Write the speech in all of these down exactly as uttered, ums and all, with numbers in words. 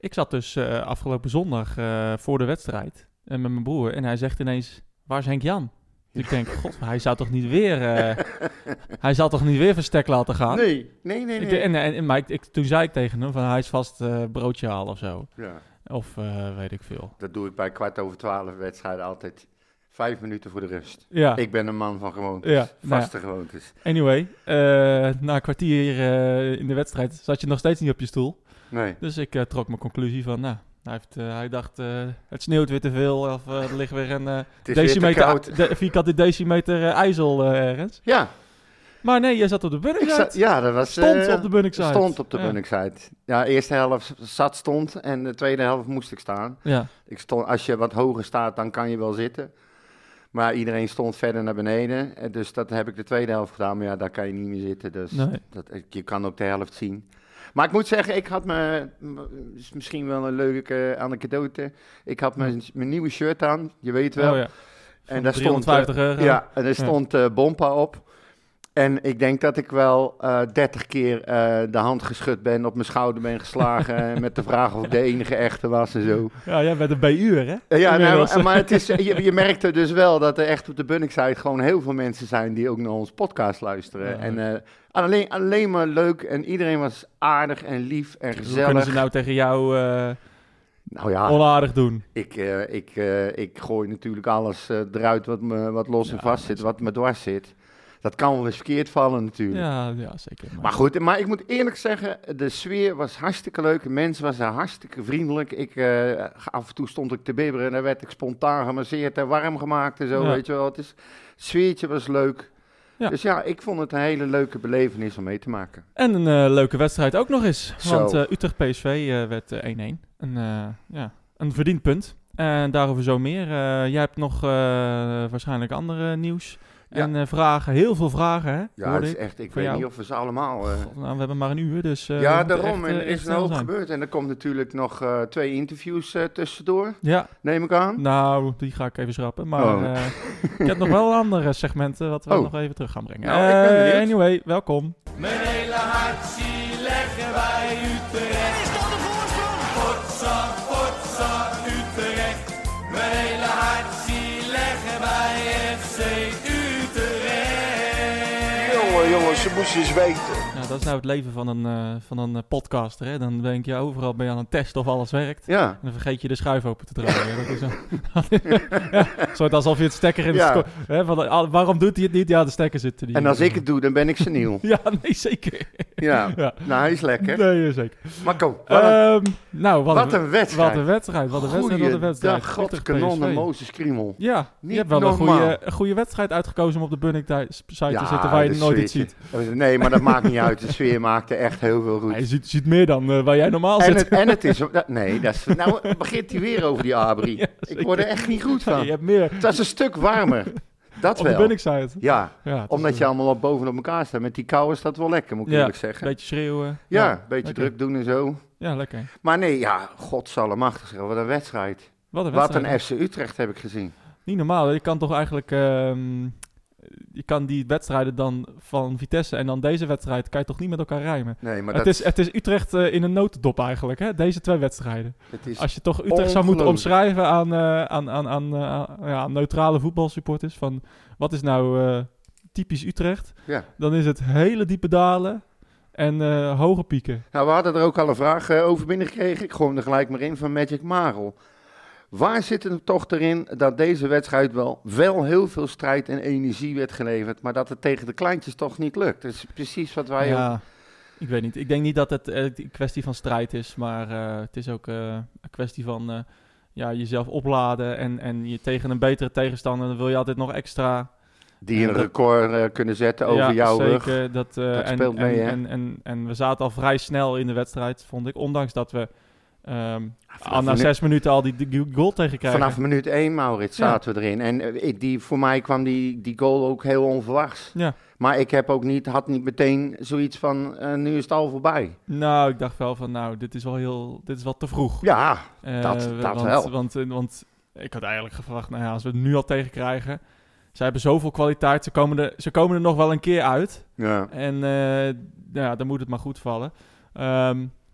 ik zat dus uh, afgelopen zondag uh, voor de wedstrijd uh, met mijn broer. En hij zegt ineens, waar is Henk-Jan? Dus ik denk, god, hij zou toch niet weer... Uh, hij zal toch niet weer verstek laten gaan? Nee, nee, nee. nee. Ik, en, en, maar ik, ik, toen zei ik tegen hem, van hij is vast uh, broodje halen of zo. Ja. Of uh, weet ik veel. Dat doe ik bij kwart over twaalf wedstrijden altijd. Vijf minuten voor de rust. Ja. Ik ben een man van gewoontes. Ja, Vaste nou ja. gewoontes. Anyway, uh, na een kwartier uh, in de wedstrijd zat je nog steeds niet op je stoel. Nee. Dus ik uh, trok mijn conclusie van, nou, hij, heeft, uh, hij dacht, uh, het sneeuwt weer te veel. Of uh, er ligt weer een uh, decimeter, de, vierkante decimeter uh, ijzel uh, ergens. Ja. Maar nee, jij zat op de Bunningside. Ja, dat was... Stond uh, op de Bunningside. Stond op de ja. Bunningside. Ja, de eerste helft zat stond en de tweede helft moest ik staan. Ja. Ik stond, als je wat hoger staat, dan kan je wel zitten. Maar iedereen stond verder naar beneden. Dus dat heb ik de tweede helft gedaan. Maar ja, daar kan je niet meer zitten. Dus nee. dat, je kan ook de helft zien. Maar ik moet zeggen, ik had me... is misschien wel een leuke anekdote. Ik had mijn, mijn nieuwe shirt aan. Je weet wel. Oh ja. En daar stond, euro. Ja, en er stond uh, Bompa op. En ik denk dat ik wel uh, dertig keer uh, de hand geschud ben, op mijn schouder ben geslagen met de vraag of ik de enige echte was en zo. Ja, jij bent een B-uur, hè? Ja, nou, maar het is, je, je merkte dus wel dat er echt op de Bunningside gewoon heel veel mensen zijn die ook naar ons podcast luisteren. Ja, en uh, alleen, alleen maar leuk en iedereen was aardig en lief en gezellig. Hoe kunnen ze nou tegen jou uh, nou ja, onaardig doen? Ik, uh, ik, uh, ik gooi natuurlijk alles uh, eruit wat, me, wat los ja, en vast zit, wat me dwars zit. Dat kan wel eens verkeerd vallen natuurlijk. Ja, ja zeker. Maar. maar goed, maar ik moet eerlijk zeggen, de sfeer was hartstikke leuk. De mensen waren hartstikke vriendelijk. Ik, uh, af en toe stond ik te bibberen en dan werd ik spontaan gemasseerd en warm gemaakt en zo, ja. weet je wel. Het, is, het sfeertje was leuk. Ja. Dus ja, ik vond het een hele leuke belevenis om mee te maken. En een uh, leuke wedstrijd ook nog eens. Zo. Want uh, Utrecht P S V uh, werd uh, één-één. Een, uh, ja, een verdiend punt. En daarover zo meer. Uh, jij hebt nog uh, waarschijnlijk andere nieuws. Ja. En uh, vragen, heel veel vragen, hè? Ja, het is echt, ik weet jou. niet of we ze allemaal... Uh... God, nou, we hebben maar een uur, dus... Uh, ja, daarom, echt, en er is een hoop gebeurd. En er komt natuurlijk nog uh, twee interviews uh, tussendoor, ja. neem ik aan. Nou, die ga ik even schrappen. Maar oh. uh, ik heb nog wel andere segmenten wat we oh. nog even terug gaan brengen. Nou, uh, ik ben benieuwd. Anyway, welkom. Mijn hele hart zie leggen wij Utrecht. Is dat de voorsprong? Potsa, potsa, Utrecht. Mijn hele hart zie leggen wij F C Utrecht. Jongens, ze moesten eens weten. Ja, dat is nou het leven van een, uh, van een uh, podcaster. Hè? Dan denk je overal ben je aan het testen of alles werkt. Ja. En dan vergeet je de schuif open te draaien. Dat is een ja, soort alsof je het stekker in de ja. sco- hè, van, uh, waarom doet hij het niet? Ja, de stekker zit er niet. En als ik het doe, dan ben ik seniel. Ja, nee, zeker. Ja, ja. Nou, hij is lekker. Nee, zeker. Marco, wat een, um, nou, wat, wat een wedstrijd. Wat een wedstrijd, wat een wedstrijd, wat een wedstrijd. Godskanon en Mozes Kriemel. Ja, niet je hebt wel normaal. een goede, een goede wedstrijd uitgekozen om op de Bunningside ja, te zitten waar je nooit iets ziet. Nee, maar dat maakt niet uit. De sfeer maakte echt heel veel goed. Ja, je ziet, ziet meer dan uh, waar jij normaal en zit. Het, en het is... Dat, nee, dat is, nou begint hij weer over die Abri. Ja, ik word er echt niet goed van. Ja, je hebt meer. Het was een stuk warmer. Dat op wel. de Bunningside. Ja, ja omdat je allemaal op bovenop elkaar staat. Met die kou is dat wel lekker, moet ik ja, eerlijk zeggen. Een beetje schreeuwen. Ja, ja een beetje lekker. druk doen en zo. Ja, lekker. Maar nee, ja, godsallemachtig zeg. Wat een wedstrijd. Wat een wedstrijd. Wat een F C Utrecht heb ik gezien. Niet normaal. Je kan toch eigenlijk... Um, je kan die wedstrijden dan van Vitesse en dan deze wedstrijd kan je toch niet met elkaar rijmen. Nee, maar het, dat is, het is Utrecht uh, in een notendop eigenlijk, hè? Deze twee wedstrijden. Het is Als je toch Utrecht zou moeten omschrijven aan, uh, aan, aan, aan, uh, aan, ja, aan neutrale voetbalsupporters, van wat is nou uh, typisch Utrecht, ja. dan is het hele diepe dalen en uh, hoge pieken. Nou, we hadden er ook al een vraag uh, over binnengekregen. Ik gooi hem er gelijk maar in van Magic Marel. Waar zit het toch erin dat deze wedstrijd wel, wel heel veel strijd en energie werd geleverd, maar dat het tegen de kleintjes toch niet lukt? Dat is precies wat wij ja, ook... Ik weet niet. Ik denk niet dat het uh, een kwestie van strijd is, maar uh, het is ook uh, een kwestie van uh, ja, jezelf opladen en, en je tegen een betere tegenstander, dan wil je altijd nog extra... Die een record uh, kunnen zetten over ja, jouw zeker, rug. Dat, uh, dat en, speelt mee, en, hè? En, en, en we zaten al vrij snel in de wedstrijd, vond ik. Ondanks dat we um, al na zes minuten al die, die goal tegenkrijgen. Vanaf minuut één, Maurits, zaten ja. we erin. En uh, die, voor mij kwam die, die goal ook heel onverwachts. Ja. Maar ik heb ook niet, had niet meteen zoiets van, uh, nu is het al voorbij. Nou, ik dacht wel van, nou, dit is wel heel, dit is wel te vroeg. Ja, uh, dat, dat want, wel. Want, want, want ik had eigenlijk verwacht, nou ja, als we het nu al tegenkrijgen... Ze hebben zoveel kwaliteit, ze komen er, ze komen er nog wel een keer uit. Ja. En uh, ja, dan moet het maar goed vallen. Um,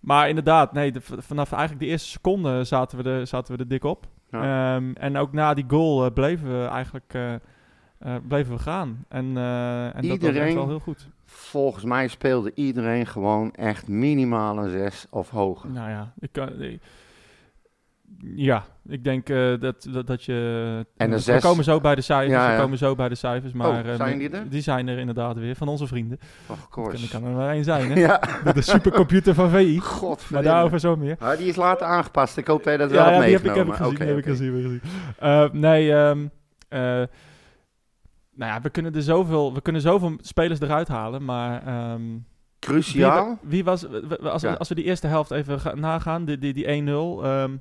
Maar inderdaad, nee, de, vanaf eigenlijk de eerste seconde zaten we, de, zaten we er dik op. Ja. Um, en ook na die goal uh, bleven we eigenlijk uh, uh, bleven we gaan. En, uh, en iedereen, dat was echt wel heel goed. Volgens mij speelde iedereen gewoon echt minimaal een zes of hoger. Nou ja, ik kan... Ik, Ja, ik denk uh, dat, dat, dat je... En we zes... komen zo bij de cijfers, ja, ja. we komen zo bij de cijfers, maar... Oh, zijn die er? Die zijn er inderdaad weer, van onze vrienden. Of course. Er kan er maar één zijn, hè? Ja. De, de supercomputer van V I. Godverdomme. Maar daarover zo meer. Ah, die is later aangepast, ik hoop dat je dat wel ja, hebt ja, meegenomen. Die heb ik, heb ik gezien, okay, heb okay. ik gezien, heb ik gezien. Uh, nee, um, uh, nou ja, we kunnen er zoveel, we kunnen zoveel spelers eruit halen, maar... Um, Cruciaal? Wie, wie was... Als, ja. als we die eerste helft even gaan, nagaan, die, die, die één nul... Um,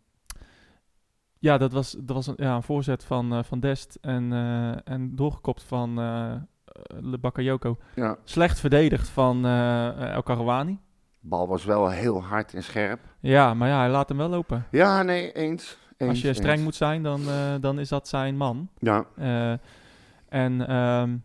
Ja, dat was, dat was een, ja, een voorzet van, uh, van Dest en, uh, en doorgekopt van uh, Le Bakayoko. Ja. Slecht verdedigd van uh, El Karouani. De bal was wel heel hard en scherp. Ja, maar ja, hij laat hem wel lopen. Ja, nee, eens. eens Als je streng eens. moet zijn, dan, uh, dan is dat zijn man. Ja. Uh, en um,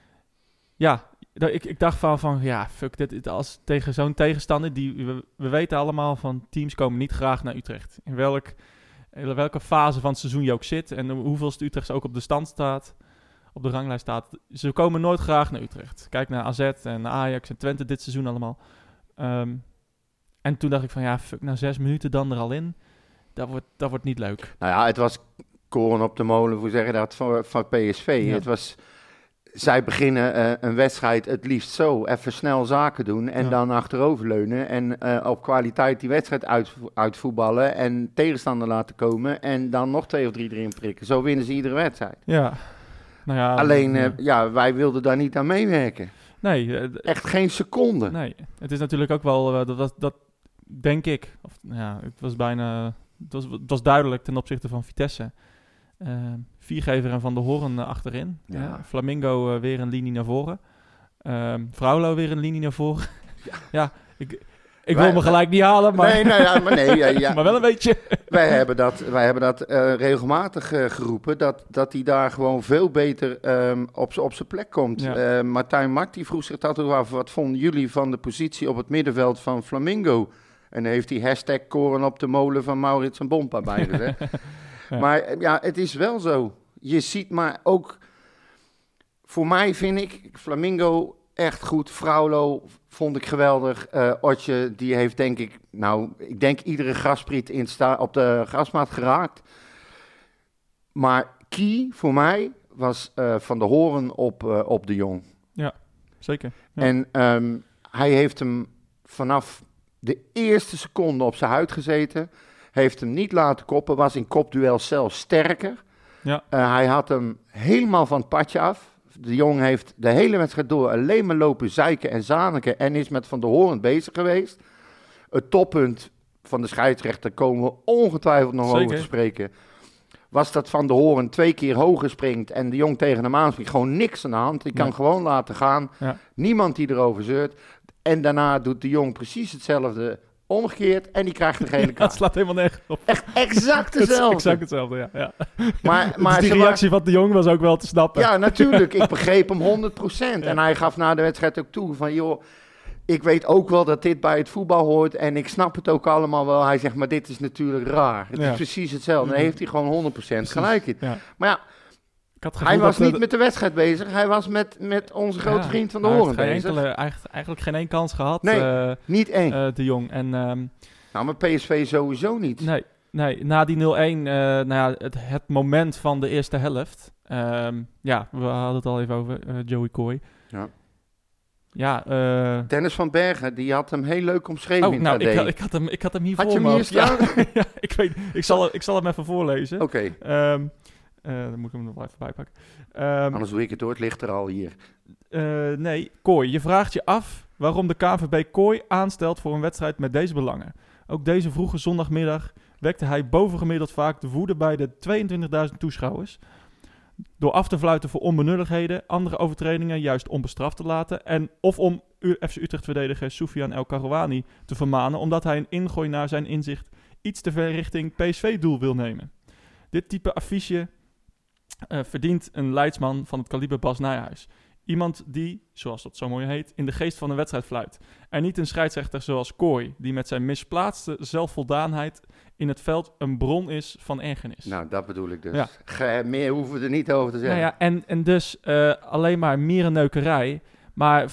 ja, ik, ik dacht van, van ja, fuck, dit, als tegen zo'n tegenstander, die, we, we weten allemaal van teams komen niet graag naar Utrecht. In welk... In welke fase van het seizoen je ook zit en hoeveelste Utrecht ook op de stand staat, op de ranglijst staat. Ze komen nooit graag naar Utrecht. Kijk naar A Z en Ajax en Twente dit seizoen allemaal. Um, en toen dacht ik van ja, fuck, na zes minuten dan er al in. Dat wordt, dat wordt niet leuk. Nou ja, het was koren op de molen, hoe zeg je dat, van, van P S V. Ja. Het was... Zij beginnen uh, een wedstrijd het liefst zo, even snel zaken doen en ja. dan achteroverleunen en uh, op kwaliteit die wedstrijd uit, uitvoetballen en tegenstander laten komen en dan nog twee of drie erin prikken. Zo winnen ze iedere wedstrijd. Ja. Nou ja, Alleen, ja. Uh, ja, wij wilden daar niet aan meewerken. Nee. Uh, Echt geen seconde. Nee, het is natuurlijk ook wel, uh, dat, dat, dat denk ik, of, ja, het was bijna, het was, het was duidelijk ten opzichte van Vitesse. Uh, Viergever en Van der Hoorn uh, achterin. Ja. Ja. Flamingo uh, weer een linie naar voren. Uh, Fraulo weer een linie naar voren. Ja, ja ik, ik wij, wil me gelijk niet halen, maar... Nee, nou ja, maar, nee, ja, ja. maar wel een beetje. Wij hebben dat, wij hebben dat uh, regelmatig uh, geroepen, dat, dat hij daar gewoon veel beter um, op, op zijn plek komt. Ja. Uh, Martijn Mak, die vroeg zich dat ook af, wat vonden jullie van de positie op het middenveld van Flamingo? En dan heeft hij hashtag koren op de molen van Maurits en Bompa bij gezegd. Ja. Maar ja, het is wel zo. Je ziet maar ook... Voor mij vind ik Flamingo echt goed. Fraulo vond ik geweldig. Uh, Otje, die heeft denk ik... Nou, ik denk iedere graspriet in sta- op de grasmaat geraakt. Maar key voor mij was uh, Van der Hoorn op, uh, op de Jong. Ja, zeker. Ja. En um, hij heeft hem vanaf de eerste seconde op zijn huid gezeten... Heeft hem niet laten koppen, was in kopduel zelfs sterker. Ja. Uh, hij had hem helemaal van het padje af. De Jong heeft de hele wedstrijd door alleen maar lopen zeiken en zaniken en is met Van der Hoorn bezig geweest. Het toppunt van de scheidsrechter komen we ongetwijfeld nog Zeker. over te spreken. Was dat Van der Hoorn twee keer hoger springt en de Jong tegen hem aanspringt. Gewoon niks aan de hand. Die kan ja. gewoon laten gaan. Ja. Niemand die erover zeurt. En daarna doet de Jong precies hetzelfde... Omgekeerd en die krijgt een gele kaart. Ja, het slaat helemaal nergens op. Echt exact hetzelfde. exact hetzelfde, ja. ja. Maar, maar dus die reactie wa- van de Jong was ook wel te snappen. Ja, natuurlijk. Ik begreep hem honderd procent. Ja. En hij gaf na de wedstrijd ook toe van... joh, ik weet ook wel dat dit bij het voetbal hoort... en ik snap het ook allemaal wel. Hij zegt, maar dit is natuurlijk raar. Het ja. is precies hetzelfde. Dan heeft hij gewoon honderd procent gelijk in. Ja. Maar ja... Hij was niet de... met de wedstrijd bezig. Hij was met, met onze grote ja, vriend Van der Hoorn bezig. Hij heeft eigenlijk, eigenlijk geen één kans gehad. Nee, uh, niet één. Uh, de Jong. En, um, nou, maar P S V sowieso niet. Nee, nee na die nul een, uh, nou ja, het, het moment van de eerste helft. Um, ja, we hadden het al even over uh, Joey Coy. Ja. Ja, uh, Dennis van Bergen, die had hem heel leuk omschreven oh, in nou, het ik, had, ik, had hem, ik had hem hier had voor me. Had je hem hier staan? Ja, ja, ik weet ik zal, ik zal hem even voorlezen. Oké. Okay. Um, Uh, dan moet ik hem nog wel even bijpakken. Um, Anders doe ik het door, het ligt er al hier. Uh, nee, Kooi. Je vraagt je af waarom de K N V B Kooi aanstelt voor een wedstrijd met deze belangen. Ook deze vroege zondagmiddag wekte hij bovengemiddeld vaak de woede bij de tweeëntwintigduizend toeschouwers. Door af te fluiten voor onbenulligheden, andere overtredingen juist onbestraft te laten. En of om F C Utrecht-verdediger Soufiane El Karouani te vermanen, omdat hij een ingooi naar zijn inzicht iets te ver richting P S V-doel wil nemen. Dit type affiche Uh, verdient een leidsman van het kaliber Bas Nijhuis. Iemand die, zoals dat zo mooi heet, in de geest van de wedstrijd fluit. En niet een scheidsrechter zoals Kooi, die met zijn misplaatste zelfvoldaanheid in het veld een bron is van ergernis. Nou, dat bedoel ik dus. Ja. Ge- meer hoeven we er niet over te zeggen. Nou ja, en, en dus uh, alleen maar mierenneukerij. Maar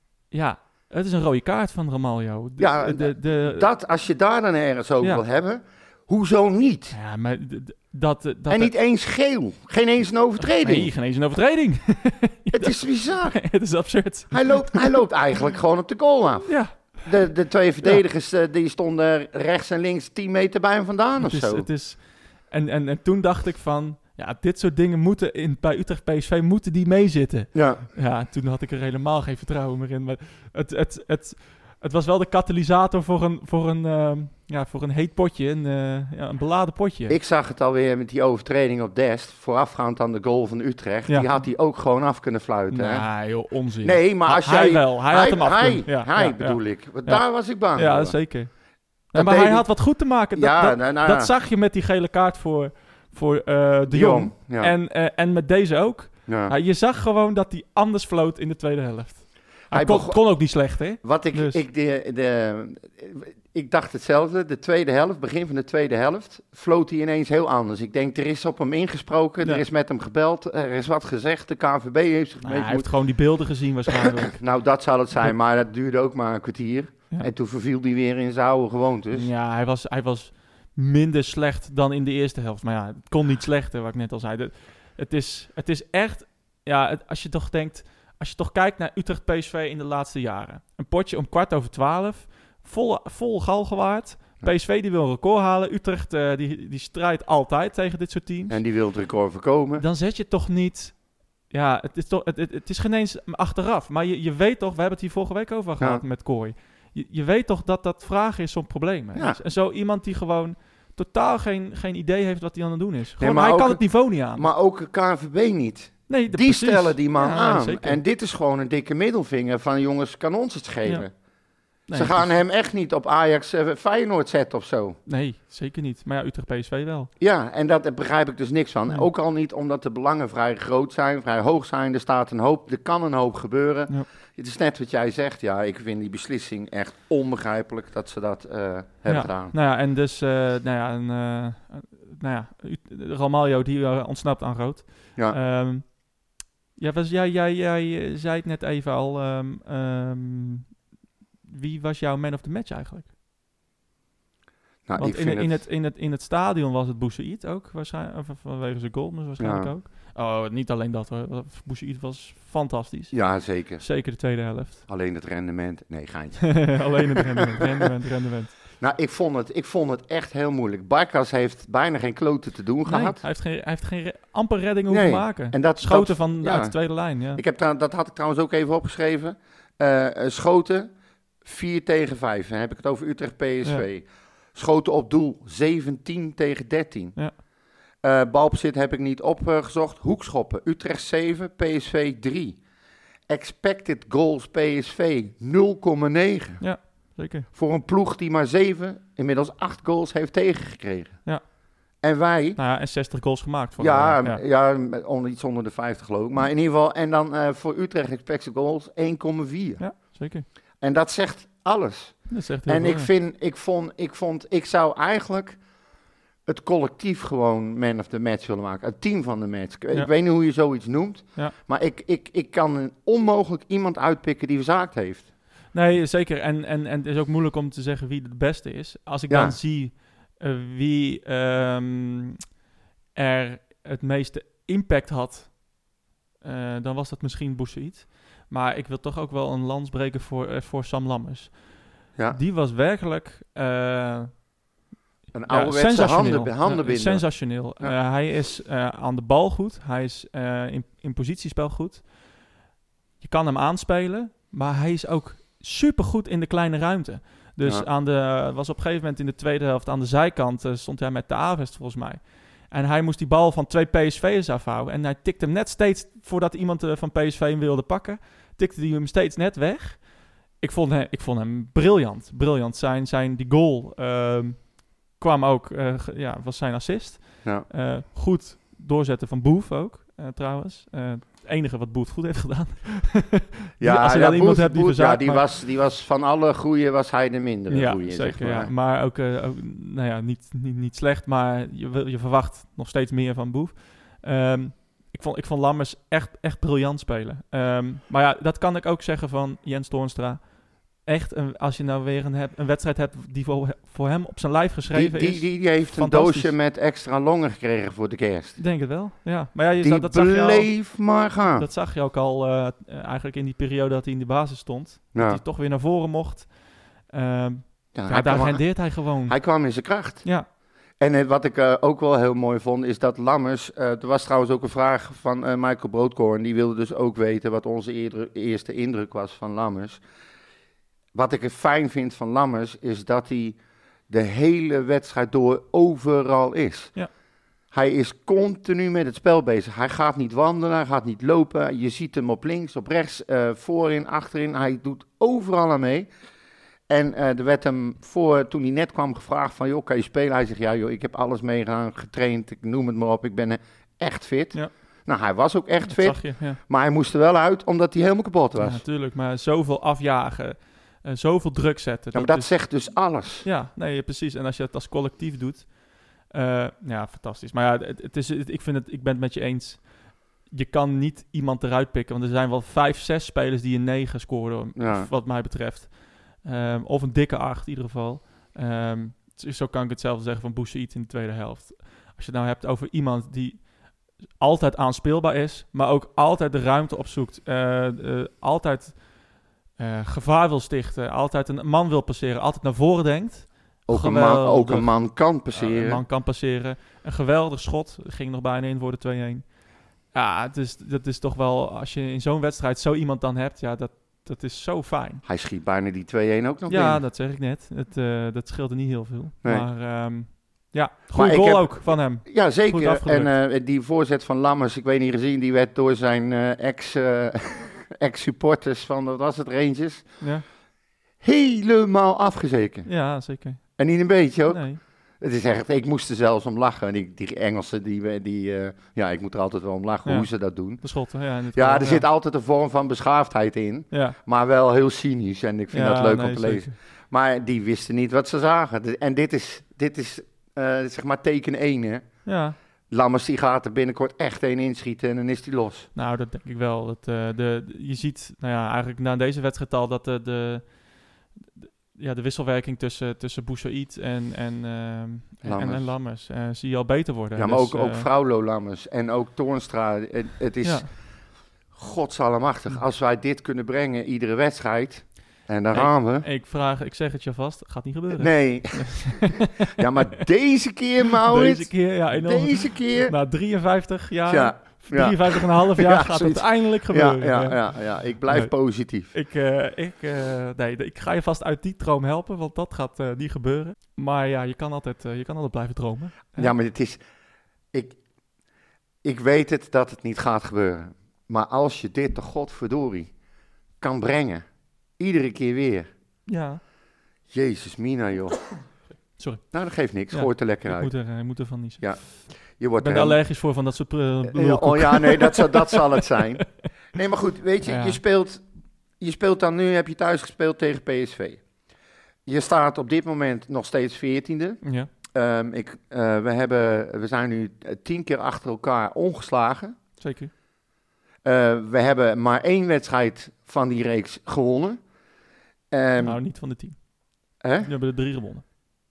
ja, het is een rode kaart van Ramaljo. De, ja, de, de, de, dat, als je daar dan ergens over ja. wil hebben, hoezo niet? Ja, maar d- d- dat, dat... En niet eens geel. Geen eens een overtreding. Nee, geen eens een overtreding. Het is bizar. Het is absurd. Hij loopt, hij loopt eigenlijk gewoon op de goal af. Ja. De, de twee verdedigers ja. uh, die stonden rechts en links tien meter bij hem vandaan het of is, zo. Het is, en, en, en toen dacht ik van, ja, dit soort dingen moeten in, bij Utrecht P S V moeten die meezitten. Ja. Ja, toen had ik er helemaal geen vertrouwen meer in. Maar het, het, het, het was wel de katalysator voor een, voor een, uh, ja, voor een heet potje, een, uh, ja, een beladen potje. Ik zag het alweer met die overtreding op Dest, voorafgaand aan de goal van Utrecht. Ja. Die had hij ook gewoon af kunnen fluiten. Nee, hè? joh, onzin. Nee, maar als ha, jij... Hij wel, hij, hij had hem af Hij, ja, hij ja, bedoel ja. ik. Want ja. daar was ik bang Ja, voor. zeker. Nee, maar hij ik... had wat goed te maken. Dat, ja, dat, nou, nou, dat zag je met die gele kaart voor, voor uh, de, de Jong. Jong ja. en, uh, en met deze ook. Ja. Ja, je zag gewoon dat hij anders floot in de tweede helft. Hij, hij kon, begon, kon ook niet slecht, hè? Wat ik, dus. ik, de, de, ik dacht hetzelfde. De tweede helft, begin van de tweede helft, floot hij ineens heel anders. Ik denk, er is op hem ingesproken, ja. er is met hem gebeld, er is wat gezegd. De K N V B heeft zich nou, Hij moet... heeft gewoon die beelden gezien waarschijnlijk. Nou, dat zal het zijn, maar dat duurde ook maar een kwartier. Ja. En toen verviel hij weer in zijn oude gewoontes. Ja, hij was, hij was minder slecht dan in de eerste helft. Maar ja, het kon niet slechter, wat ik net al zei. Het, het, is, het is echt, ja, het, als je toch denkt... Als je toch kijkt naar Utrecht P S V in de laatste jaren. Een potje om kwart over twaalf. Vol, vol galgenwaard. P S V die wil een record halen. Utrecht uh, die, die strijdt altijd tegen dit soort teams. En die wil het record voorkomen. Dan zet je toch niet... Ja, het is, toch, het, het, het is geen eens achteraf. Maar je, je weet toch... We hebben het hier vorige week over gehad ja. met Kooi. Je, je weet toch dat dat vragen is om problemen. Ja. En zo iemand die gewoon... totaal geen, geen idee heeft wat hij aan het doen is. Gewoon, nee, hij kan ook, het niveau niet aan. Maar ook K N V B niet. Nee, de, die precies. stellen die man ja, aan. Zeker. En dit is gewoon een dikke middelvinger van jongens, kan ons het schelen. Ja. Nee, Ze gaan is... hem echt niet op Ajax uh, Feyenoord zetten of zo. Nee, zeker niet. Maar ja, Utrecht P S V wel. Ja, en dat, daar begrijp ik dus niks van. Nee. Ook al niet omdat de belangen vrij groot zijn, vrij hoog zijn. Er staat een hoop, er kan een hoop gebeuren. Ja. Het is net wat jij zegt. Ja, ik vind die beslissing echt onbegrijpelijk dat ze dat uh, hebben ja. gedaan. Nou ja, en dus, uh, nou ja, een, uh, nou ja, Ramaljo die uh, ontsnapt aan rood. Ja. Um, Ja, was, jij, jij, jij zei het net even al. Um, um, wie was jouw man of the match eigenlijk? Nou, Want ik in, vind in, het... het, in, het, in het stadion was het Boussaïd ook, waarschijnlijk, of vanwege zijn goal, dus waarschijnlijk ja. ook. Oh, niet alleen dat hoor. Boussaïd was fantastisch. Ja, zeker. Zeker de tweede helft. Alleen het rendement. Nee, geintje. alleen het rendement, rendement, rendement. Nou, ik vond, het, ik vond het echt heel moeilijk. Barkas heeft bijna geen kloten te doen nee, gehad. Hij heeft geen, hij heeft geen re- amper redding hoeven nee. maken. En dat, schoten dat, van ja. uit de tweede lijn. Ja. Ik heb tra- dat had ik trouwens ook even opgeschreven. Uh, schoten vier tegen vijf. Dan heb ik het over Utrecht P S V. Ja. Schoten op doel zeventien tegen dertien. Ja. Uh, balbezit heb ik niet opgezocht. Uh, Hoekschoppen Utrecht zeven, P S V drie. Expected goals P S V nul komma negen. Ja. Zeker. Voor een ploeg die maar zeven, inmiddels acht goals heeft tegengekregen. Ja. En wij... Nou ja, en zestig goals gemaakt. Voor ja, ja. ja onder, iets onder de vijftig geloof ik. Maar in ieder geval, en dan uh, voor Utrecht expected goals één komma vier. Ja, zeker. En dat zegt alles. Dat zegt heel en veel, ik ja. vind, ik vond, ik vond, ik zou eigenlijk het collectief gewoon man of the match willen maken. Het team van de match. Ik, ja. ik weet niet hoe je zoiets noemt. Ja. Maar ik, ik, ik kan onmogelijk iemand uitpikken die verzaakt heeft. Nee, zeker. En, en, en het is ook moeilijk om te zeggen wie de beste is. Als ik ja. dan zie uh, wie um, er het meeste impact had, uh, dan was dat misschien Boussaïd. Maar ik wil toch ook wel een lans breken voor, uh, voor Sam Lammers. Ja. Die was werkelijk... Uh, een ouderwetse ja, handen, handenbinder. Uh, sensationeel. Ja. Uh, hij is uh, aan de bal goed. Hij is uh, in, in positiespel goed. Je kan hem aanspelen, maar hij is ook supergoed in de kleine ruimte. Dus ja. aan de, was op een gegeven moment in de tweede helft aan de zijkant uh, stond hij met de Avest volgens mij. En hij moest die bal van twee P S V'ers afhouden. En hij tikte hem net steeds, voordat iemand uh, van P S V hem wilde pakken, tikte hij hem steeds net weg. Ik vond hem, ik vond hem briljant. Briljant. Zijn, zijn die goal uh, kwam ook, uh, ja, was zijn assist. Ja. Uh, goed doorzetten van Boef ook, uh, trouwens. Uh, enige wat Booth goed heeft gedaan. Ja, als je ja, dan iemand Booth, hebt die Booth, verzaakt, ja, die, maar- was, die was van alle goeie was hij de mindere Ja, goeie, zeker. zeg maar. Ja. Maar ook, uh, ook nou ja, niet, niet, niet slecht, maar je, wil- je verwacht nog steeds meer van Booth. Um, ik, vond, ik vond Lammers echt, echt briljant spelen. Um, maar ja, dat kan ik ook zeggen van Jens Toornstra. Echt, een, als je nou weer een, heb, een wedstrijd hebt die voor, voor hem op zijn lijf Die, geschreven die, is. die, die heeft een fantastisch. doosje met extra longen gekregen voor de kerst. Ik denk het wel, ja. Maar ja, je Die zag, dat, zag je al, bleef maar gaan. dat zag je ook al uh, eigenlijk in die periode dat hij in de basis stond. Ja. Dat hij toch weer naar voren mocht. Um, Ja, ja, hij, daar kwam, rendeert hij gewoon. hij kwam in zijn kracht. ja, En uh, wat ik uh, ook wel heel mooi vond, is dat Lammers... Uh, er was trouwens ook een vraag van uh, Michael Broodkorn. Die wilde dus ook weten wat onze eerdere, eerste indruk was van Lammers. Wat ik fijn vind van Lammers, is dat hij de hele wedstrijd door overal is. Ja. Hij is continu met het spel bezig. Hij gaat niet wandelen, hij gaat niet lopen. Je ziet hem op links, op rechts, uh, voorin, achterin. Hij doet overal aan mee. En uh, er werd hem voor, toen hij net kwam, gevraagd van, joh, kan je spelen? Hij zegt, ja joh, ik heb alles meegedaan, getraind, ik noem het maar op, ik ben echt fit. Ja. Nou, hij was ook echt dat fit, zag je, ja. maar hij moest er wel uit, omdat hij helemaal kapot Ja, was. Ja, natuurlijk, maar zoveel afjagen, uh, zoveel druk zetten. maar dat is, zegt dus alles. Ja, nee, precies. En als je het als collectief doet, uh, ja, fantastisch. Maar ja, het, het is, het, ik vind het, ik ben het met je eens. Je kan niet iemand eruit pikken, want er zijn wel vijf, zes spelers die een negen scoren, Ja. wat mij betreft. Um, of een dikke acht in ieder geval. Um, zo kan ik hetzelfde zeggen van Boussaïd in de tweede helft. Als je het nou hebt over iemand die altijd aanspeelbaar is, maar ook altijd de ruimte opzoekt. Uh, uh, altijd uh, gevaar wil stichten, altijd een man wil passeren, altijd naar voren denkt. Ook een, man, ook een man kan passeren. Uh, een man kan passeren. Een geweldig schot. Er ging nog bijna in voor de twee-een. Ja, het is, dat is toch wel, als je in zo'n wedstrijd zo iemand dan hebt, ja, dat, dat is zo fijn. Hij schiet bijna die twee-een ook nog Ja, in. dat zeg ik net. Het, uh, dat scheelde niet heel veel. Nee. Maar um, ja, goede ik goal heb- ook van hem. Ja, Goed zeker. afgedrukt. En uh, die voorzet van Lammers, ik weet niet gezien, die werd door zijn uh, ex, uh, ex-supporters van, wat was het, Rangers, Ja, helemaal afgezeken. ja zeker. En niet een beetje ook. Nee. Het is echt, ik moest er zelfs om lachen. Die, die Engelsen, die, die, uh, ja, ik moet er altijd wel om lachen Ja. hoe ze dat doen. De schotten, ja. in dit Ja, geval, er zit altijd een vorm van beschaafdheid in, Ja, maar wel heel cynisch en ik vind ja, dat leuk nee, om te lezen. zeker. Maar die wisten niet wat ze zagen. De- En dit is, dit is uh, zeg maar teken één, hè. Ja, Lammers die gaat er binnenkort echt één inschieten en dan is die los. nou, dat denk ik wel. Dat, uh, de, de- je ziet, nou ja, eigenlijk na deze wedstrijd al dat de, de, de- ja, de wisselwerking tussen, tussen Boussaïd en, en, uh, en, en, Lammers. en Lammers uh, zie je al beter worden. Ja, maar Dus, ook, ook uh, Fraulo Lammers en ook Toornstra. Het, het is ja. godsallemachtig. Als wij dit kunnen brengen, iedere wedstrijd, en daar Nee, gaan we. Ik vraag, ik zeg het je vast, gaat niet gebeuren. Nee. Ja, maar deze keer, Maurits. Deze keer, ja, enorm. Deze keer. Na drieënvijftig jaar, Ja, ja. drieënvijftig en een half jaar Ja, gaat zoiets. het eindelijk Ja, gebeuren. ja, Ja. ja, ja, ik blijf Nee. positief. Ik, uh, ik, uh, nee, de- ik ga je vast uit die droom helpen, want dat gaat uh, niet gebeuren. Maar ja, je kan altijd, uh, je kan altijd blijven dromen. Ja, maar het is... Ik, ik weet het dat het niet gaat gebeuren. Maar als je dit, de godverdorie, kan brengen, iedere keer weer. Ja, Jezus mina, joh. sorry. Nou, dat geeft niks. Ja, Gooi het er lekker Ik uit. moet, er, ik moet ervan niezen. Ja. Je Ik wordt ben er er helemaal- allergisch voor van dat soort uh, Ja, lulkoek. oh ja, nee, dat zal, dat zal het zijn. Nee, maar goed, weet je, Ja. je, speelt, je speelt dan nu, heb je thuis gespeeld tegen P S V. Je staat op dit moment nog steeds veertiende. Ja, Um, ik, uh, we, hebben, we zijn nu uh, tien keer achter elkaar ongeslagen. zeker. Uh, we hebben maar één wedstrijd van die reeks gewonnen. Um, nou, niet van de tien. hè? We hebben er drie gewonnen.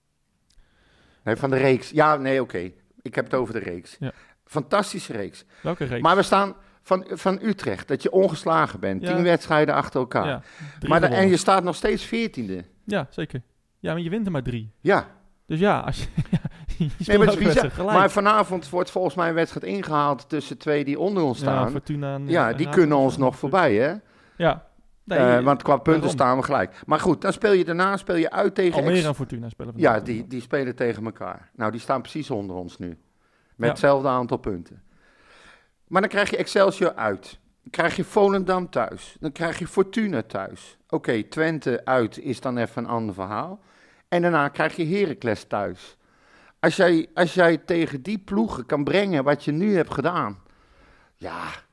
Nee, van de reeks. Ja, nee, oké. Okay. Ik heb het over de reeks. Ja. Fantastische reeks. Welke reeks? Maar we staan van, van Utrecht, dat je ongeslagen bent. Ja. Tien wedstrijden achter elkaar. ja, drie maar da- en gewonnen. je staat nog steeds veertiende. Ja, zeker. Ja, maar je wint er maar drie. Ja. Dus ja, als je, ja, je Nee, speelt maar, het elke is bizar. wedstrijd gelijk. Maar vanavond wordt volgens mij een wedstrijd ingehaald tussen twee die onder ons ja, staan. Fortuna en, Ja, en die Raad- kunnen ons nog voorbij, hè? Ja. Nee, Eh, want qua punten daarom. staan we gelijk. Maar goed, dan speel je daarna speel je uit tegen... Almere ex- en Fortuna spelen we. Ja, die, die spelen tegen elkaar. Nou, die staan precies onder ons nu. Met Ja. hetzelfde aantal punten. Maar dan krijg je Excelsior uit. Dan krijg je Volendam thuis. Dan krijg je Fortuna thuis. Oké, okay, Twente uit is dan even een ander verhaal. En daarna krijg je Heracles thuis. Als jij, als jij tegen die ploegen kan brengen wat je nu hebt gedaan... Ja,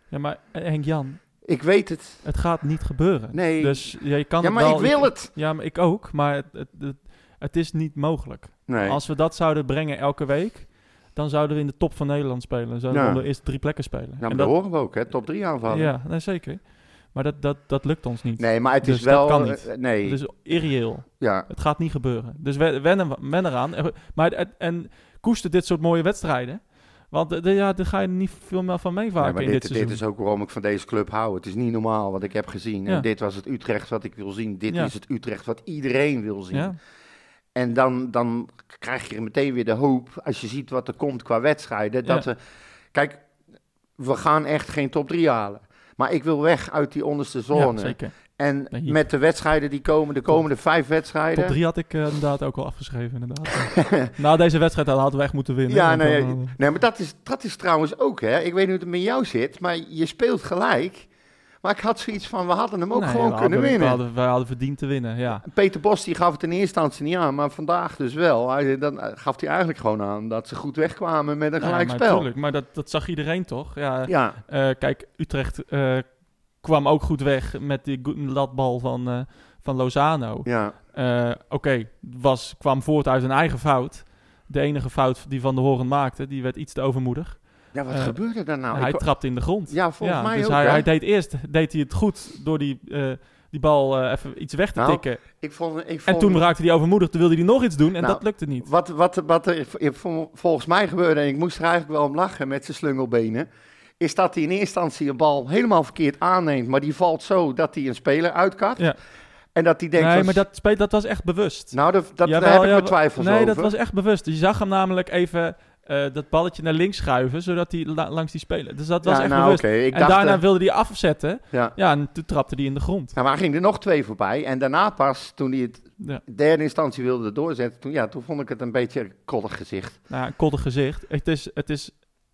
Ja, maar Henk-Jan, Ik weet het. het gaat niet gebeuren. Nee. Dus ja, je kan Ja, het maar wel, ik wil je- het. Ja, maar ik ook. Maar het, het, het, het is niet mogelijk. Nee. Als we dat zouden brengen elke week, dan zouden we in de top van Nederland spelen. Zouden Ja. we om de eerste drie plekken spelen. Ja, maar En dat dat, horen we ook, hè? Top drie aanvallen. ja, nee, zeker. Maar dat, dat, dat lukt ons niet. Nee, maar het Dus is wel... dat kan niet. eh, nee, Het is irreëel. ja. Het gaat niet gebeuren. Dus we- wennen, wen eraan. Maar, het- en koester dit soort mooie wedstrijden. Want eh, de, ja, daar ga je niet veel meer van Ja, meevaken maar in dit, dit dit seizoen. is ook waarom ik van deze club hou. Het is niet normaal wat ik heb gezien. Ja. En dit was het Utrecht wat ik wil zien. Dit Ja. is het Utrecht wat iedereen wil zien. Ja, En dan, dan krijg je meteen weer de hoop, als je ziet wat er komt qua wedstrijden, dat Ja. we... Kijk, we gaan echt geen top drie halen. Maar ik wil weg uit die onderste ja, zone. zeker. En Nee, hier. met de wedstrijden die komen, de komende vijf wedstrijden... Top drie had ik eh, inderdaad ook al afgeschreven. Inderdaad. Na deze wedstrijd hadden we echt moeten winnen. Ja, want nee, dan, eh, nee, maar dat is, dat is trouwens ook, hè. Ik weet niet hoe het met jou zit, maar je speelt gelijk. Maar ik had zoiets van, we hadden hem ook nee, gewoon we kunnen hadden, winnen. We hadden, we hadden verdiend te winnen, ja. Peter Bos die gaf het in eerste instantie niet aan, maar vandaag dus wel. Hij, dan eh, gaf hij eigenlijk gewoon aan dat ze goed wegkwamen met een Ja, gelijk maar spel. tuurlijk, maar dat, dat zag iedereen toch? Ja, Ja, eh, kijk, Utrecht eh, kwam ook goed weg met die go- latbal van, eh, van Lozano. ja. Eh, Oké, was kwam voort uit een eigen fout. De enige fout die Van der Hoorn maakte, die werd iets te overmoedig. Ja, wat Eh, gebeurde daar nou? hij Ik- trapte in de grond. Ja, volgens mij dus ook, hij, hè? hij deed eerst deed hij het goed door die, eh, die bal eh, even iets weg te Nou, tikken. Ik vond, ik En vond, toen raakte hij overmoedig, toen wilde hij nog iets doen en Nou, dat lukte niet. Wat, wat, wat er vol- volgens mij gebeurde, en ik moest er eigenlijk wel om lachen met zijn slungelbenen, is dat hij in eerste instantie een bal helemaal verkeerd aanneemt, maar die valt zo dat hij een speler uitkapt. Ja. En dat hij denkt... Nee, van, maar dat, spe- dat was echt bewust. Nou, dat, dat, Jawel, daar heb ik ja, mijn twijfels nee, over. dat was echt bewust. Dus je zag hem namelijk even eh, dat balletje naar links schuiven, zodat hij la- langs die speler... Dus dat was ja, echt nou, bewust. oké. Ik En dacht, daarna eh, wilde hij afzetten. ja. Ja, en toen trapte hij in de grond. Nou, maar gingen er nog twee voorbij. En daarna pas, toen hij het Ja. derde instantie wilde doorzetten, toen, ja, toen vond ik het een beetje een koddig gezicht. Nou, een koddig gezicht. Het is, het is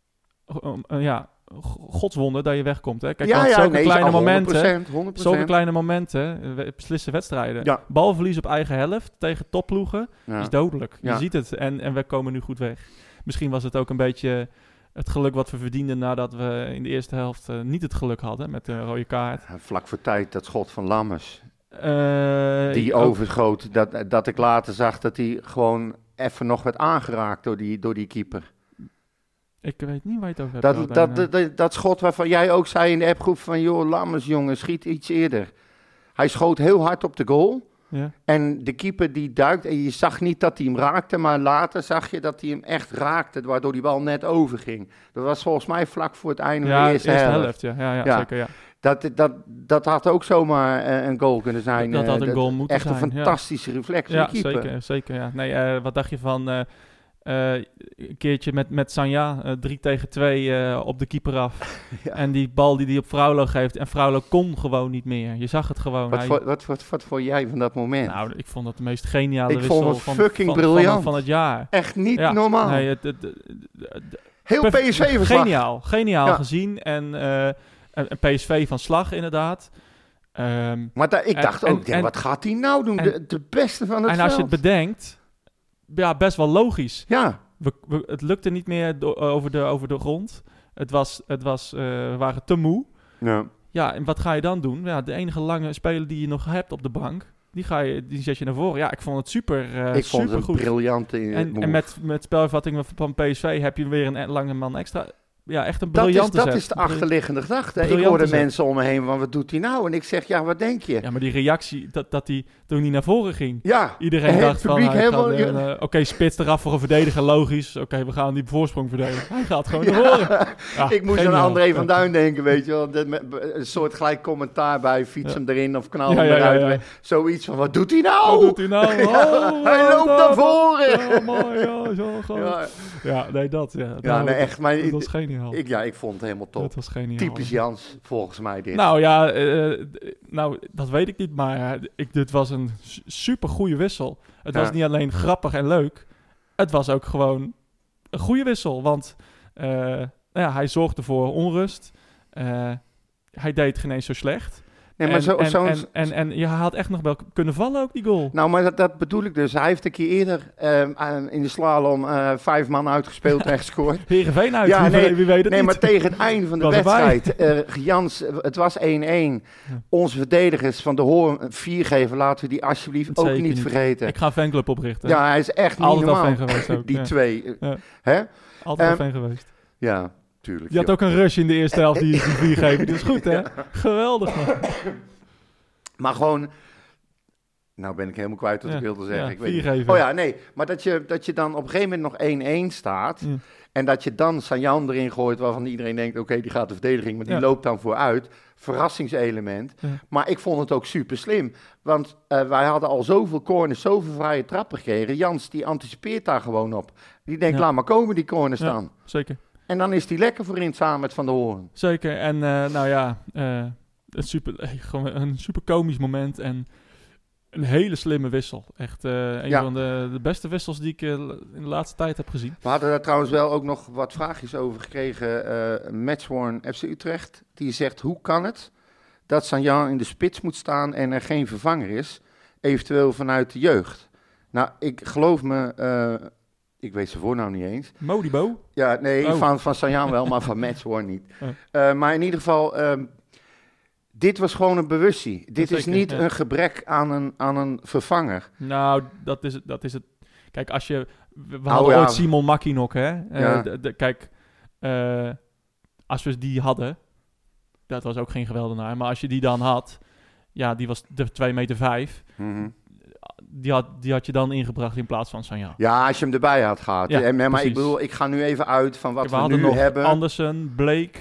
uh, uh, ja, g- godswonder dat je wegkomt. Hè? Kijk, ja, want ja, zulke nee, kleine al honderd momenten, procent, honderd procent. zulke kleine momenten uh, we- beslissen wedstrijden. Ja. Balverlies op eigen helft tegen topploegen Ja. is dodelijk. Ja. Je ziet het en, en we komen nu goed weg. Misschien was het ook een beetje het geluk wat we verdienden nadat we in de eerste helft uh, niet het geluk hadden met de rode kaart. Ja, vlak voor tijd, dat schot van Lammers. Uh, Die ook- overschoot, dat, dat ik later zag dat hij gewoon even nog werd aangeraakt door die, door die keeper. Ik weet niet waar je het over hebt. Dat, Rodijn. dat, dat, dat, dat schot waarvan jij ook zei in de appgroep van, joh, Lammers, jongen, schiet iets eerder. Hij schoot heel hard op de goal. Ja. En de keeper die duikt en je zag niet dat hij hem raakte, maar later zag je dat hij hem echt raakte, waardoor die bal net overging. Dat was volgens mij vlak voor het einde Ja, van de de eerste, eerste helft. helft. Ja, ja, ja, Ja. zeker. Ja. Dat, dat, dat had ook zomaar eh, een goal kunnen zijn. Dat had eh, een goal moeten echt zijn, een ja. fantastische reflex van Ja, de keeper. zeker, zeker. Ja. Nee, eh, wat dacht je van eh, eh, een keertje met, met Sanja, eh, drie tegen twee eh, op de keeper af. Ja. En die bal die hij op Fraulo geeft. En Fraulo kon gewoon niet meer. Je zag het gewoon. Wat, Hij- voor, wat, wat, wat vond jij van dat moment? nou, ik vond dat de meest geniale Ik wissel vond het van, fucking van, van, briljant. van het jaar. echt niet Ja, normaal. Nee, het, het, het- het- Heel perf- P S V verslag. Geniaal, geniaal Ja. gezien. En eh, een, een P S V van slag inderdaad. Ehm, Maar da- ik En- dacht en- ook, denk, en- wat gaat hij nou doen? en- de, de beste van het en als je veld. het bedenkt, ja, best wel logisch. Ja, We, we- het lukte niet meer do- over, de, over de grond. Het was, het was, eh, we waren te moe. ja. Ja, en wat ga je dan doen? Ja, de enige lange speler die je nog hebt op de bank, die, ga je, die zet je naar voren. Ja, ik vond het super, eh ik vond het super een goed. briljante eh, En, move. en met, met spelvervattingen van P S V heb je weer een e- lange man extra. Ja, echt een dat is, briljante dat zet. is de achterliggende gedachte. Ik briljante hoorde zet. mensen om me heen van, wat doet hij nou? En ik zeg, ja, wat denk je? Ja, maar die reactie, dat, dat hij toen hij naar voren ging. Ja, Iedereen En het dacht van, publiek hij gaat, helemaal- eh, eh, oké, spits eraf voor een verdediger, logisch. Oké, we gaan die voorsprong verdedigen. Hij gaat gewoon naar voren. Ja, ik moest aan geniaal. André van Duin denken, weet je wel. Dat met- een soort gelijk commentaar bij, fiets Ja. hem erin of knal Ja, hem ja, ja, eruit. ja. Zoiets van, wat doet hij nou? Wat doet hij nou? Ja, Oh, hij oh, loopt oh, naar oh. voren. Ja, mooi, ja, zo gewoon. Ja, Ja, nee, dat, ja. ja Nou, nee, echt. Maar Dat was ik, geniaal. ik, ja, ik vond het helemaal top. Dat was geniaal. Typisch Jans, volgens mij dit. Nou ja, eh, d- nou, dat weet ik niet, maar eh, ik, dit was een super goede wissel. Het was Ja. niet alleen grappig en leuk, het was ook gewoon een goede wissel. Want eh, nou ja, hij zorgde voor onrust. Eh, hij deed geen eens zo slecht. Nee, maar en, zo, en, zo'n... en, en, en je had echt nog wel kunnen vallen ook, die goal. Nou, maar dat, dat bedoel ik dus. Hij heeft een keer eerder uh, in de slalom uh, vijf man uitgespeeld en gescoord. Heerenveen uit, Ja, wie, nee, wie weet het nee, niet. maar tegen het einde van de Was wedstrijd, uh, Jans, het was één-één. Ja. Onze verdedigers van de Hoorn vier geven, laten we die alsjeblieft ook niet, niet vergeten. Ik ga een fanclub oprichten. Ja, hij is echt niet Altijd normaal. al fan geweest ook. Die ja. twee. Ja. Hè? Altijd um, al fan geweest. Ja, tuurlijk. Je had joh. ook een rush in de eerste helft die, die vier geven. Dat is goed, hè? Ja. Geweldig, man. Maar gewoon... Nou ben ik helemaal kwijt wat ja. ik wilde zeggen. Ja, ik weet vier niet. geven. Oh ja, nee. Maar dat je, dat je dan op een gegeven moment nog één-één staat... Ja. En dat je dan Sanjan erin gooit waarvan iedereen denkt... oké, okay, die gaat de verdediging, maar die ja. loopt dan vooruit. Verrassingselement. Ja. Maar ik vond het ook super slim. Want uh, wij hadden al zoveel corners, zoveel vrije trappen gekregen. Jans, die anticipeert daar gewoon op. Die denkt, ja. laat maar komen die corners ja, staan. Zeker. En dan is die lekker voorin samen met Van der Hoorn. Zeker. En uh, nou ja, uh, een, super, gewoon een super komisch moment en... Een hele slimme wissel. Echt uh, een ja. van de, de beste wissels die ik uh, in de laatste tijd heb gezien. We hadden daar trouwens wel ook nog wat vraagjes over gekregen. Uh, Matchworn F C Utrecht, die zegt, hoe kan het dat Sanjan in de spits moet staan en er geen vervanger is? Eventueel vanuit de jeugd. Nou, ik geloof me, uh, ik weet zijn voornaam niet eens. Modibo? Ja, nee, oh. van, van Sanjan wel, maar van Matchworn niet. Oh. Uh, maar in ieder geval... Um, Dit was gewoon een bewustie. Dit zeker, is niet ja. een gebrek aan een, aan een vervanger. Nou, dat is, dat is het. Kijk, als je... We, we oh, hadden ja. ooit Simon Mackinock, hè? Uh, ja. de, de, kijk, uh, als we die hadden... Dat was ook geen geweldenaar. Maar als je die dan had... Ja, die was de twee meter vijf. Mm-hmm. Die had, die had je dan ingebracht in plaats van Sanjan. Ja, als je hem erbij had gehad. Ja, en, maar precies. ik bedoel, ik ga nu even uit van wat we, we, we nu nog hebben. Andersen, Blake...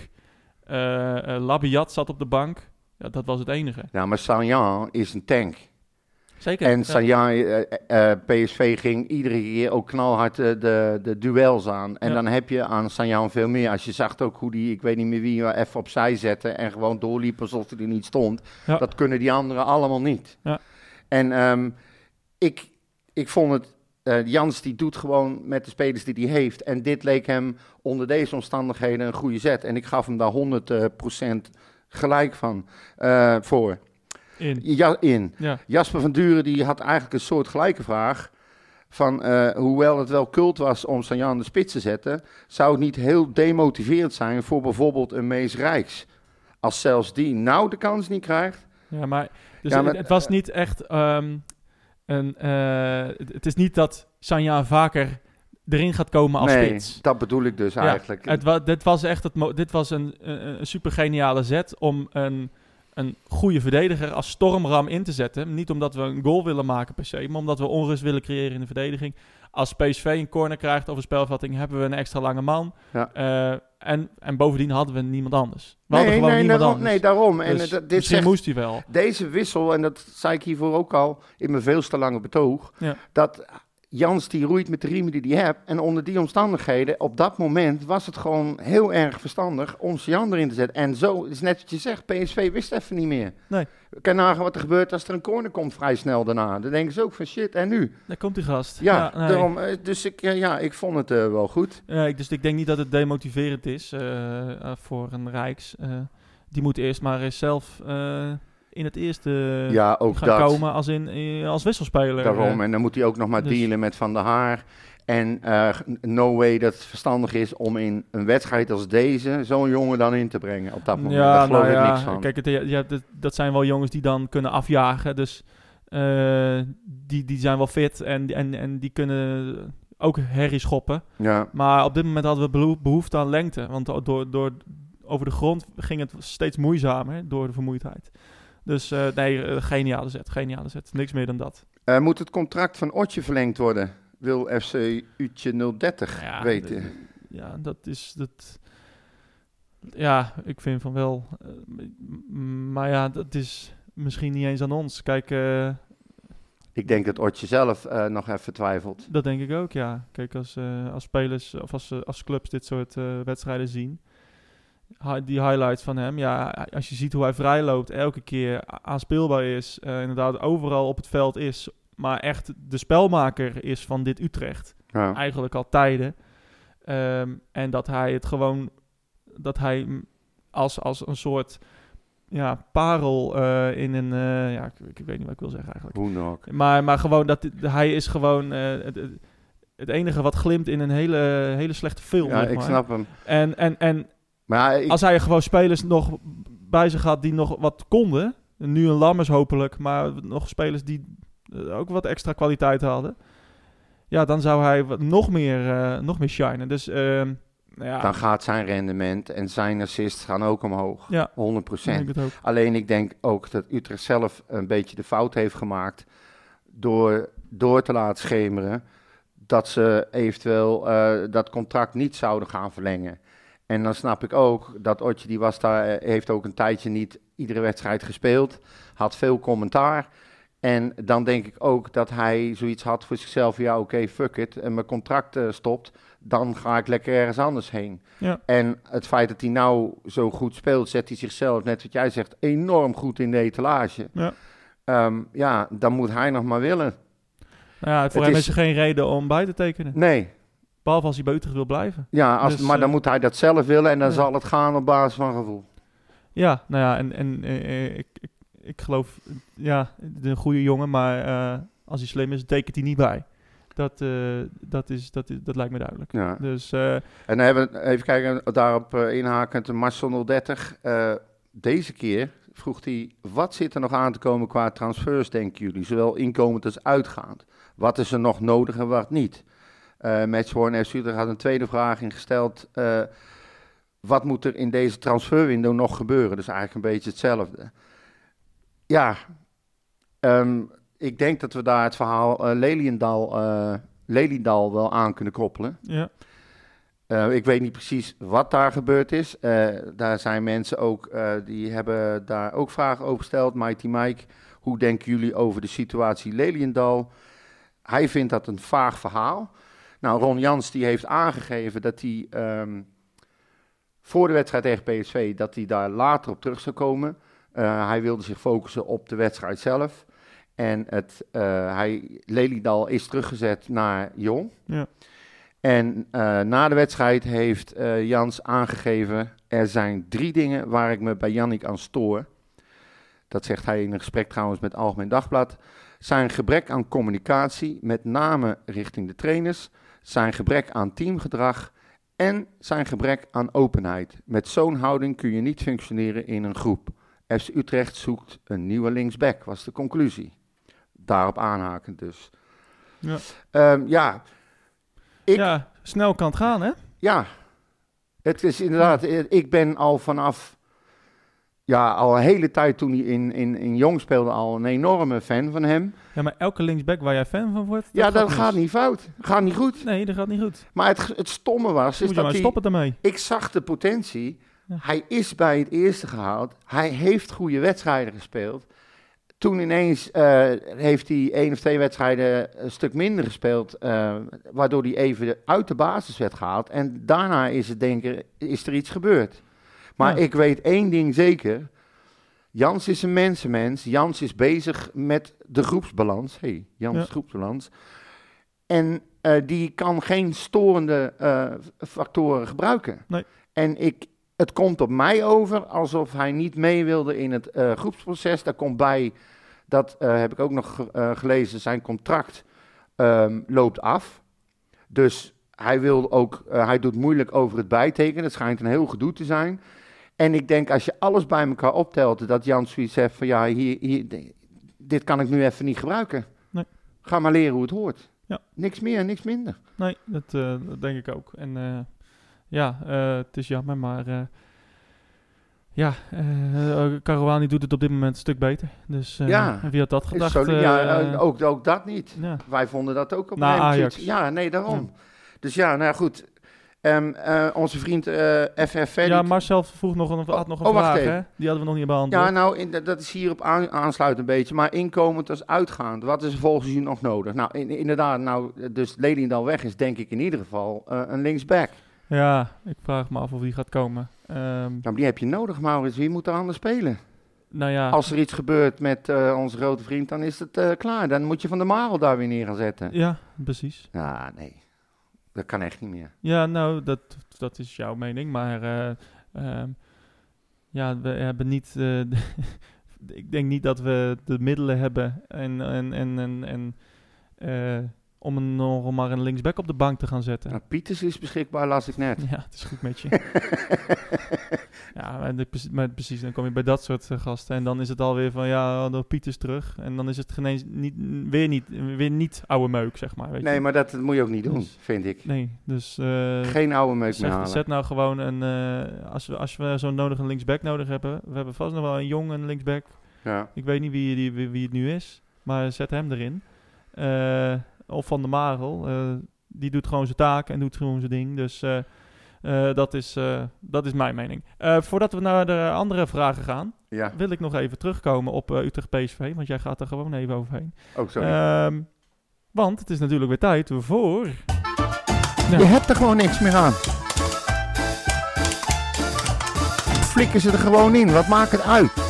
Uh, uh, Labiat zat op de bank. Ja, dat was het enige. Ja, maar Sanjan is een tank. Zeker. En ja. Sanjan, uh, uh, P S V ging iedere keer ook knalhard uh, de, de duels aan. En ja. dan heb je aan Sanjan veel meer. Als je zag ook hoe die, ik weet niet meer wie, even opzij zette en gewoon doorliep alsof hij er niet stond. Ja. Dat kunnen die anderen allemaal niet. Ja. En um, ik, ik vond het... Uh, Jans die doet gewoon met de spelers die hij heeft. En dit leek hem onder deze omstandigheden een goede zet. En ik gaf hem daar honderd procent gelijk van uh, voor. In. Ja, in. Ja. Jasper van Duren die had eigenlijk een soort gelijke vraag. Van, uh, hoewel het wel cult was om Sanjan de spits te zetten... zou het niet heel demotiverend zijn voor bijvoorbeeld een Mees Rijks. Als zelfs die nou de kans niet krijgt. Ja, maar, dus ja, maar het was niet echt... Um, een, uh, het is niet dat Sanjan vaker erin gaat komen als nee, spits. Nee, dat bedoel ik dus ja, eigenlijk. Het wa- dit was echt het mo- dit was een, een, een super geniale zet om een, een goede verdediger als stormram in te zetten. Niet omdat we een goal willen maken per se, maar omdat we onrust willen creëren in de verdediging. Als P S V een corner krijgt of een spelvatting, hebben we een extra lange man. Ja. Uh, en, en bovendien hadden we niemand anders. We nee, hadden gewoon nee, niemand daarom, anders. Nee, daarom. Dus en, uh, dit misschien zegt, moest hij wel. Deze wissel, en dat zei ik hiervoor ook al in mijn veel te lange betoog, ja. dat Jans die roeit met de riemen die hij heeft. En onder die omstandigheden, op dat moment, was het gewoon heel erg verstandig om Sanjan erin te zetten. En zo, is net wat je zegt, P S V wist even niet meer. Nee. We kunnen nagaan wat er gebeurt als er een corner komt vrij snel daarna. Dan denken ze ook van shit, en nu? Daar komt die gast. Ja, ja nee. daarom, dus ik, ja, ik vond het uh, wel goed. Ja, ik, dus ik denk niet dat het demotiverend is uh, uh, voor een Rijks. Uh, die moet eerst maar eens zelf uh, in het eerste ja, ook gaan dat. komen als, in, uh, als wisselspeler. Daarom, uh, en dan moet hij ook nog maar dus dealen met Van der Haar. En uh, no way dat het verstandig is om in een wedstrijd als deze zo'n jongen dan in te brengen op dat moment. Ja, Daar geloof nou ik ja, niks van. Kijk, het, ja, dat, dat zijn wel jongens die dan kunnen afjagen. Dus uh, die, die zijn wel fit en, en, en die kunnen ook herrie schoppen. Ja. Maar op dit moment hadden we behoefte aan lengte. Want door, door, over de grond ging het steeds moeizamer door de vermoeidheid. Dus uh, nee, uh, geniale zet, geniale zet. Niks meer dan dat. Uh, moet het contract van Otje verlengd worden? Wil F C Utje nul dertig ja, weten. De, ja, dat is... Dat, ja, ik vind van wel. Uh, maar ja, dat is misschien niet eens aan ons. Kijk... Uh, ik denk dat Otje zelf uh, nog even twijfelt. Dat denk ik ook, ja. Kijk, als, uh, als spelers of als, uh, als clubs dit soort uh, wedstrijden zien... Die highlights van hem, ja, als je ziet hoe hij vrij loopt, elke keer aanspeelbaar is, uh, inderdaad overal op het veld is, maar echt de spelmaker is van dit Utrecht. Ja. Eigenlijk al tijden. Um, en dat hij het gewoon, dat hij als, als een soort ja, parel uh, in een... Uh, ja, ik, ik weet niet wat ik wil zeggen eigenlijk. Hoe dan ook. Maar, maar gewoon, dat hij is gewoon... Uh, het, het enige wat glimt in een hele, hele slechte film. Ja, zeg ik maar. snap hem. En, en, en maar ja, ik... als hij gewoon spelers nog bij zich had die nog wat konden... Nu een Lammers hopelijk, maar nog spelers die uh, ook wat extra kwaliteit hadden... Ja, dan zou hij wat, nog, meer, uh, nog meer shinen. Dus... Uh, Ja. Dan gaat zijn rendement en zijn assists gaan ook omhoog. Ja, honderd procent. Ik ook. Alleen ik denk ook dat Utrecht zelf een beetje de fout heeft gemaakt... door door te laten schemeren dat ze eventueel uh, dat contract niet zouden gaan verlengen. En dan snap ik ook dat Otje, die was daar, uh, heeft ook een tijdje niet iedere wedstrijd gespeeld. Had veel commentaar. En dan denk ik ook dat hij zoiets had voor zichzelf. Ja, oké, okay, fuck it. En mijn contract uh, stopt. Dan ga ik lekker ergens anders heen. Ja. En het feit dat hij nou zo goed speelt, zet hij zichzelf, net wat jij zegt, enorm goed in de etalage. Ja, um, ja dan moet hij nog maar willen. Ja, voor het hem is... is er geen reden om bij te tekenen. Nee. Behalve als hij bij Utrecht wil blijven. Ja, als, dus, maar dan uh, moet hij dat zelf willen en dan ja. zal het gaan op basis van gevoel. Ja, nou ja, en, en uh, ik, ik, ik geloof, ja, een goede jongen, maar uh, als hij slim is, tekent hij niet bij. Dat, uh, dat, is, dat, is, dat lijkt me duidelijk. Ja. Dus, uh, en dan hebben we, even kijken, daarop uh, inhakend, de Marcel nul dertig. Uh, deze keer vroeg hij, wat zit er nog aan te komen qua transfers, denken jullie? Zowel inkomend als uitgaand. Wat is er nog nodig en wat niet? Uh, Matchborn F C Utrecht had een tweede vraag ingesteld. Uh, wat moet er in deze transferwindow nog gebeuren? Dus eigenlijk een beetje hetzelfde. Ja, um, ik denk dat we daar het verhaal uh, Leliendal, uh, Leliendal wel aan kunnen koppelen. ja. Uh, ik weet niet precies wat daar gebeurd is. Uh, daar zijn mensen ook, uh, die hebben daar ook vragen over gesteld. Mighty Mike, hoe denken jullie over de situatie Leliendal? Hij vindt dat een vaag verhaal. Nou, Ron Jans die heeft aangegeven dat hij um, voor de wedstrijd tegen P S V, dat hij daar later op terug zou komen. Uh, hij wilde zich focussen op de wedstrijd zelf. En het, uh, hij, Leliendal is teruggezet naar Jong. Ja. En uh, na de wedstrijd heeft uh, Jans aangegeven, er zijn drie dingen waar ik me bij Jannik aan stoor. Dat zegt hij in een gesprek trouwens met Algemeen Dagblad. Zijn gebrek aan communicatie, met name richting de trainers. Zijn gebrek aan teamgedrag en zijn gebrek aan openheid. Met zo'n houding kun je niet functioneren in een groep. F C Utrecht zoekt een nieuwe linksback, was de conclusie. Daarop aanhakend dus. Ja, um, ja, ik, ja, snel kan het gaan, hè? ja, het is inderdaad, ik ben al vanaf, ja, al een hele tijd toen hij in, in, in Jong speelde al een enorme fan van hem. Ja, maar elke linksback waar jij fan van wordt... Ja, dat mis. gaat niet fout. Gaat niet goed. Nee, dat gaat niet goed. Maar het, het stomme was, Moet is je dat maar hij, stoppen ermee. ik zag de potentie. Ja. Hij is bij het eerste gehaald. Hij heeft goede wedstrijden gespeeld. Toen ineens uh, heeft hij één of twee wedstrijden een stuk minder gespeeld, uh, waardoor hij even uit de basis werd gehaald. En daarna is het denken, is er iets gebeurd. Maar Ja. ik weet één ding zeker. Jans is een mensenmens. Jans is bezig met de groepsbalans. Hé, hey, Jans Ja. groepsbalans. En uh, die kan geen storende uh, factoren gebruiken. Nee. En ik, het komt op mij over alsof hij niet mee wilde in het uh, groepsproces. Daar komt bij, dat uh, heb ik ook nog uh, gelezen, zijn contract um, loopt af. Dus hij, wil ook, uh, hij doet moeilijk over het bijtekenen. Het schijnt een heel gedoe te zijn. En ik denk, als je alles bij elkaar optelt, dat Jan zoiets heeft van, ja, hier, hier, dit kan ik nu even niet gebruiken. Nee. Ga maar leren hoe het hoort. Ja. Niks meer, niks minder. Nee, dat, uh, dat denk ik ook. En uh, ja, uh, het is jammer, maar uh, ja, uh, Caruani doet het op dit moment een stuk beter. Dus uh, Ja. wie had dat gedacht? Zo, ja, uh, ook, ook dat niet. ja. Wij vonden dat ook op Na een gegeven moment Ajax. zoiets. Ja, nee, daarom. Ja. Dus ja, nou ja, goed. Um, uh, onze vriend uh, F F Ferry. Ja, Marcel vroeg nog een, had nog een Oh, wacht vraag, even. hè? Die hadden we nog niet behandeld. Ja, nou, in, dat is hierop aan, aansluitend een beetje. Maar inkomend als uitgaand, wat is er volgens u nog nodig? Nou, in, inderdaad, nou, dus Leliendal weg is, denk ik in ieder geval uh, een linksback. Ja, ik vraag me af of die gaat komen. Um, Nou, die heb je nodig, Maurits. Wie moet er anders spelen? nou ja, Als er iets gebeurt met uh, onze grote vriend, dan is het uh, klaar. Dan moet je Van der Marel daar weer neer gaan zetten. ja, precies. Ja, nee. Dat kan echt niet meer. Ja, nou, dat, dat is jouw mening, maar uh, um, ja, we hebben niet... Uh, de, ik denk niet dat we de middelen hebben en, en, en, en, en uh, om een, nog maar een linksback op de bank te gaan zetten. Nou, Pieters is beschikbaar, las ik net. Ja, het is goed met je. Ja, maar, de, maar precies, dan kom je bij dat soort uh, gasten en dan is het alweer van, ja, dan Pieters terug. En dan is het geneens niet, weer, niet, weer niet oude meuk, zeg maar. Weet nee, je? maar dat moet je ook niet doen, dus, vind ik. Nee, dus... Uh, Geen oude meuk zet, meer halen. Zet nou gewoon een... Uh, als we, als we zo'n nodig een linksback nodig hebben, we hebben vast nog wel een jong een linksback. Ja. Ik weet niet wie, die, wie, wie het nu is, maar zet hem erin. Uh, of Van der Marel, uh, die doet gewoon zijn taak en doet gewoon zijn ding. Dus uh, uh, dat, is, uh, dat is mijn mening. Uh, voordat we naar de andere vragen gaan, ja. wil ik nog even terugkomen op uh, Utrecht P S V. Want jij gaat er gewoon even overheen. Oh, sorry. Um, want het is natuurlijk weer tijd voor... Ja. Je hebt er gewoon niks meer aan. Flikken ze er gewoon in. Wat maakt het uit?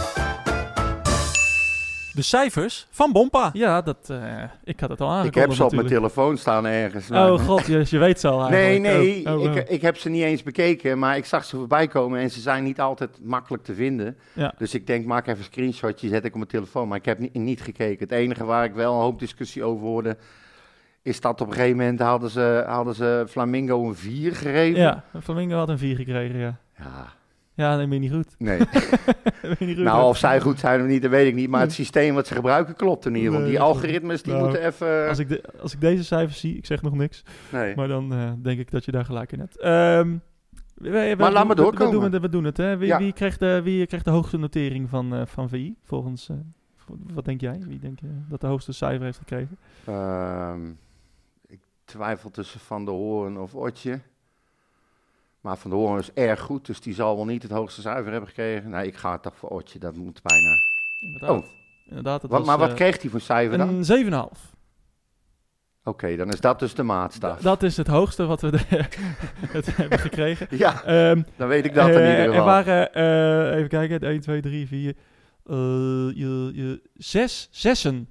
De cijfers van Bompa. Ja, dat, uh, ik had het al aangekondigd. Ik heb ze op natuurlijk. mijn telefoon staan ergens. Oh god, je, je weet ze al eigenlijk. Nee, nee, oh, oh, oh. Ik, ik heb ze niet eens bekeken, maar ik zag ze voorbij komen en ze zijn niet altijd makkelijk te vinden. Ja. Dus ik denk, maak even een screenshotje, zet ik op mijn telefoon. Maar ik heb niet, niet gekeken. Het enige waar ik wel een hoop discussie over hoorde, is dat op een gegeven moment hadden ze, hadden ze Flamingo een vier gegeven. Ja, Flamingo had een vier gekregen, ja. Ja. Ja, dat ben je niet goed. Nee. ben je niet goed, nou, hè? of zij goed zijn of niet, dat weet ik niet. Maar het systeem wat ze gebruiken klopt in ieder geval. Nee, die algoritmes, die nou, moeten even... Als ik, de, als ik deze cijfers zie, ik zeg nog niks. Nee. Maar dan uh, denk ik dat je daar gelijk in hebt. Um, we, we, maar laat me doorkomen. We doen het, we doen het hè. Wie, ja. wie, kreeg de, wie kreeg de hoogste notering van, uh, van V I? Volgens, uh, wat denk jij? Wie denk je dat de hoogste cijfer heeft gekregen? Um, ik twijfel tussen Van der Hoorn of Otje. Maar Van der Hoorn is erg goed, dus die zal wel niet het hoogste cijfer hebben gekregen. Nee, ik ga het toch voor Otje, dat moet bijna... Inderdaad. Oh. Inderdaad, het wat, was, maar wat uh, kreeg hij voor cijfer dan? Een zeven komma vijf. Oké, okay, dan is dat dus de maatstaf. D- dat is het hoogste wat we de, het hebben gekregen. Ja, um, dan weet ik dat uh, in ieder geval. Er waren, uh, even kijken, een, twee, drie, vier, uh, je, je, zes zessen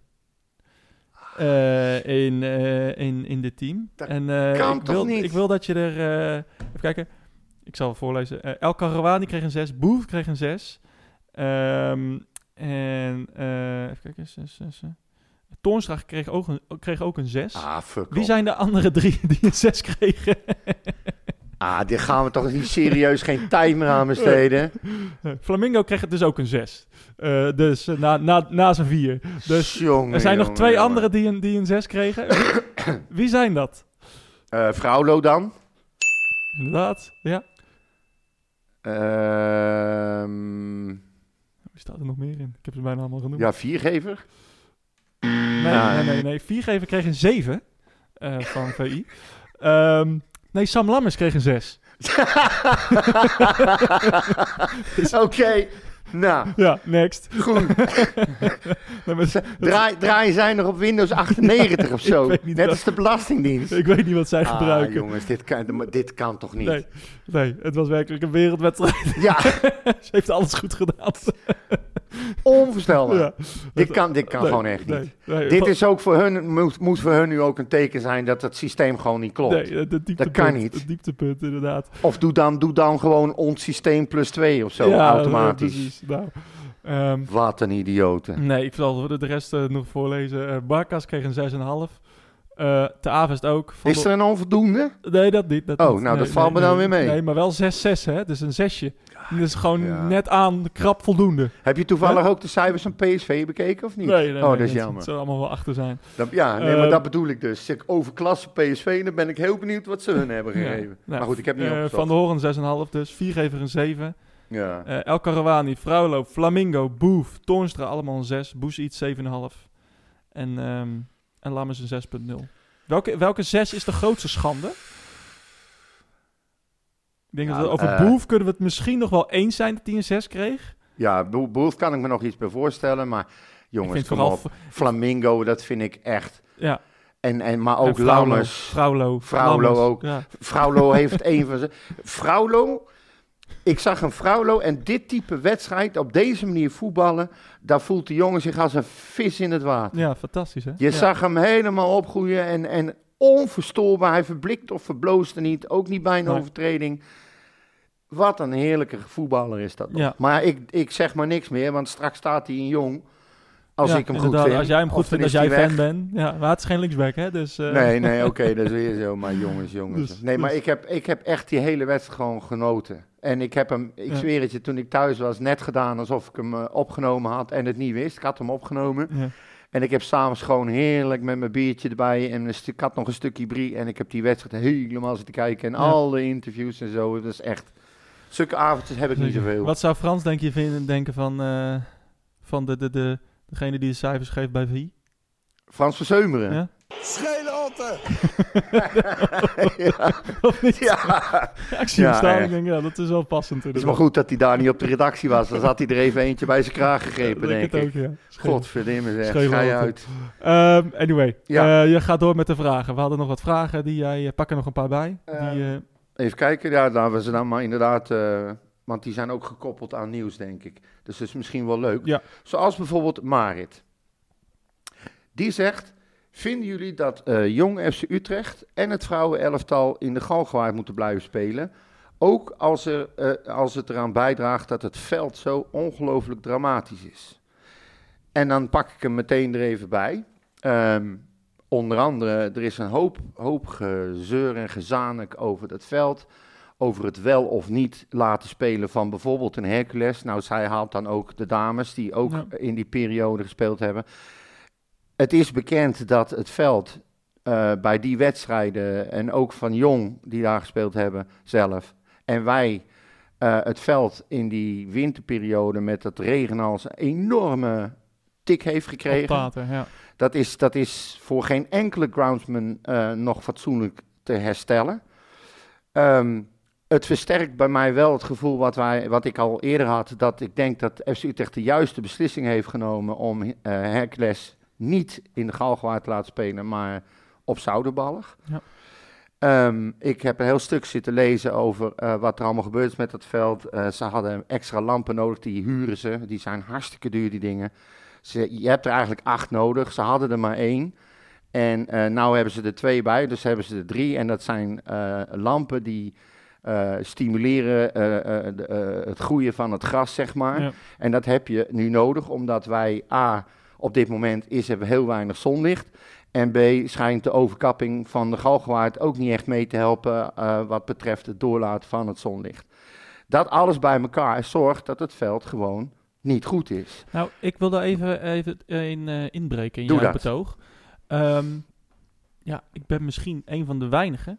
uh, in, uh, in, in dit team. Dat en, uh, kan ik toch wil, niet? Ik wil dat je er, uh, even kijken, ik zal het voorlezen. Uh, El Karouani kreeg een zes, Booth kreeg een zes. Um, en, uh, even kijken, zes, zes, uh. Toornstra kreeg ook een, kreeg ook een zes. Ah, fuck Wie op. zijn de andere drie die een zes kregen? Ah, dit gaan we toch niet serieus geen tijd meer aan besteden. Flamingo kreeg het dus ook een zes. Uh, dus uh, na, na, na zijn vier. Dus jongen, er zijn jongen, nog twee jongen. anderen die een, die een zes kregen. Wie, wie zijn dat? Uh, Vrouwlo dan? Inderdaad, ja. Um, Wie staat er nog meer in? Ik heb ze bijna allemaal genoemd. ja, viergever. Nee, Ah. nee, nee, nee. Viergever kreeg een zeven uh, van V I. Um, nee, Sam Lammers kreeg een zes. Oké, okay. Nou. Ja, next. Goed. nee, maar, Draai, draaien zij nog op Windows achtennegentig of zo? Net wat, als de Belastingdienst. Ik weet niet wat zij ah, gebruiken. jongens, dit kan, dit kan toch niet? Nee, nee, het was werkelijk een wereldwedstrijd. Ja. Ze heeft alles goed gedaan. Onvoorstelbaar. Ja. Dit Het, kan, dit kan nee, gewoon echt nee, niet. Nee, dit van, is ook voor hun, moet, moet voor hun nu ook een teken zijn dat het systeem gewoon niet klopt. Nee, het dieptepunt, dat kan niet. Het dieptepunt, inderdaad. Of doe dan, doe dan gewoon ons systeem plus twee of zo, ja, automatisch. Nee, precies. Nou, um, wat een idioten. Nee, ik zal de rest uh, nog voorlezen. Uh, Barkas kreeg een zes komma vijf. Uh, Te Avest ook. Van is er een onvoldoende? Nee, dat niet. Dat oh, niet. nou, nee, dat valt nee, me dan nee, weer mee. Nee, maar wel zes zes, hè. Dus een zesje. Dat is gewoon ja. net aan krap voldoende. Heb je toevallig huh? ook de cijfers van P S V bekeken of niet? Nee, nee, oh, nee, dat is nee, jammer. Het zou allemaal wel achter zijn. Dat, ja, nee, uh, maar dat bedoel ik dus. Zeg, over klasse P S V, dan ben ik heel benieuwd wat ze hun hebben gegeven. Ja. Nou, maar goed, ik heb niet uh, opgezocht. Van de Hoorn zes komma vijf dus. Viergever een zeven. Ja. Uh, El Karouani, Vrouwlo, Flamingo, Booth, Toornstra allemaal een zes. Boes iets zeven komma vijf. En, um, en Lammers een zes komma nul. Welke, welke zes is de grootste schande? Ik denk ja, dat we over uh, Booth kunnen we het misschien nog wel eens zijn dat hij een zes kreeg. Ja, Bo- Booth kan ik me nog iets bij voorstellen, maar jongens, kom op. V- Flamingo, dat vind ik echt. Ja. En, en, maar ook en Lammers. Vrouwlo. Vrouwlo ook. Ja. Vrouwlo heeft een van zijn... Vrouwlo, ik zag een Vrouwlo en dit type wedstrijd, op deze manier voetballen, daar voelt de jongen zich als een vis in het water. Ja, fantastisch hè. Je ja. zag hem helemaal opgroeien en, en onverstoorbaar. Hij verblikt of verbloosde niet, ook niet bij een nee. overtreding. Wat een heerlijke voetballer is dat. Ja. Maar ik, ik zeg maar niks meer, want straks staat hij in Jong. Als ja, ik hem goed inderdaad, vind. Als jij hem Of goed dan vindt, als is jij hij fan weg. bent. Ja, maar het is geen linksback, hè? Dus, uh... Nee, nee, oké, okay, dat is weer zo. Maar jongens, jongens. Dus, nee, maar dus. ik heb, ik heb echt die hele wedstrijd gewoon genoten. En ik heb hem, ik ja. zweer het je, toen ik thuis was, net gedaan alsof ik hem uh, opgenomen had en het niet wist. Ik had hem opgenomen. Ja. En ik heb s'avonds gewoon heerlijk met mijn biertje erbij. En een stu- ik had nog een stukje brie. En ik heb die wedstrijd helemaal zitten kijken. En Ja. al de interviews en zo. Dat is echt... Zulke avondjes heb ik niet zoveel. Wat zou Frans, denk je, vinden, denken van, uh, van de, de, de, degene die de cijfers geeft bij V I? Frans Verzeumeren. Ja? Schele otten! ja. Of niet? Ja. Ja, ik zie hem Ja, staan en echt. ik denk, ja, dat is wel passend. Het is maar goed dat hij daar niet op de redactie was. Dan had hij er even eentje bij zijn kraag gegrepen, denk ik. Ook, ja. Godverdomme zeg, Schele ga je otten. uit. Um, anyway, Ja. uh, je gaat door met de vragen. We hadden nog wat vragen, die jij, uh, pak er nog een paar bij. Uh, die, uh, Even kijken, ja, laten we ze dan maar inderdaad... Uh, want die zijn ook gekoppeld aan nieuws, denk ik. Dus dat is misschien wel leuk. Ja. Zoals bijvoorbeeld Marit. Die zegt... Vinden jullie dat uh, Jong F C Utrecht en het vrouwenelftal in de Galgenwaard moeten blijven spelen? Ook als, er, uh, als het eraan bijdraagt dat het veld zo ongelooflijk dramatisch is. En dan pak ik hem meteen er even bij. Um, onder andere, er is een hoop, hoop gezeur en gezanik over het veld. Over het wel of niet laten spelen van bijvoorbeeld een Hercules. Nou, zij haalt dan ook de dames die ook ja. in die periode gespeeld hebben. Het is bekend dat het veld uh, bij die wedstrijden en ook van Jong die daar gespeeld hebben zelf en wij uh, het veld in die winterperiode met dat regenals een enorme tik heeft gekregen. Taten, ja. Dat is, dat is voor geen enkele groundsman uh, nog fatsoenlijk te herstellen. Um, het versterkt bij mij wel het gevoel wat, wij, wat ik al eerder had, dat ik denk dat F C Utrecht de juiste beslissing heeft genomen om uh, Hercules niet in de Galgenwaard te laten spelen, maar op Zouderballig. Ja. Um, ik heb een heel stuk zitten lezen over uh, wat er allemaal gebeurd is met dat veld. Uh, ze hadden extra lampen nodig, die huren ze. Die zijn hartstikke duur, die dingen. Ze, je hebt er eigenlijk acht nodig. Ze hadden er maar één. En uh, nou hebben ze er twee bij, dus hebben ze er drie. En dat zijn uh, lampen die uh, stimuleren uh, uh, de, uh, het groeien van het gras, zeg maar. Ja. En dat heb je nu nodig, omdat wij A... Op dit moment is er heel weinig zonlicht. En B, schijnt de overkapping van de Galgenwaard ook niet echt mee te helpen uh, wat betreft het doorlaten van het zonlicht. Dat alles bij elkaar zorgt dat het veld gewoon niet goed is. Nou, ik wil daar even, even in, uh, inbreken in Doe jouw dat. betoog. Um, ja, ik ben misschien een van de weinigen.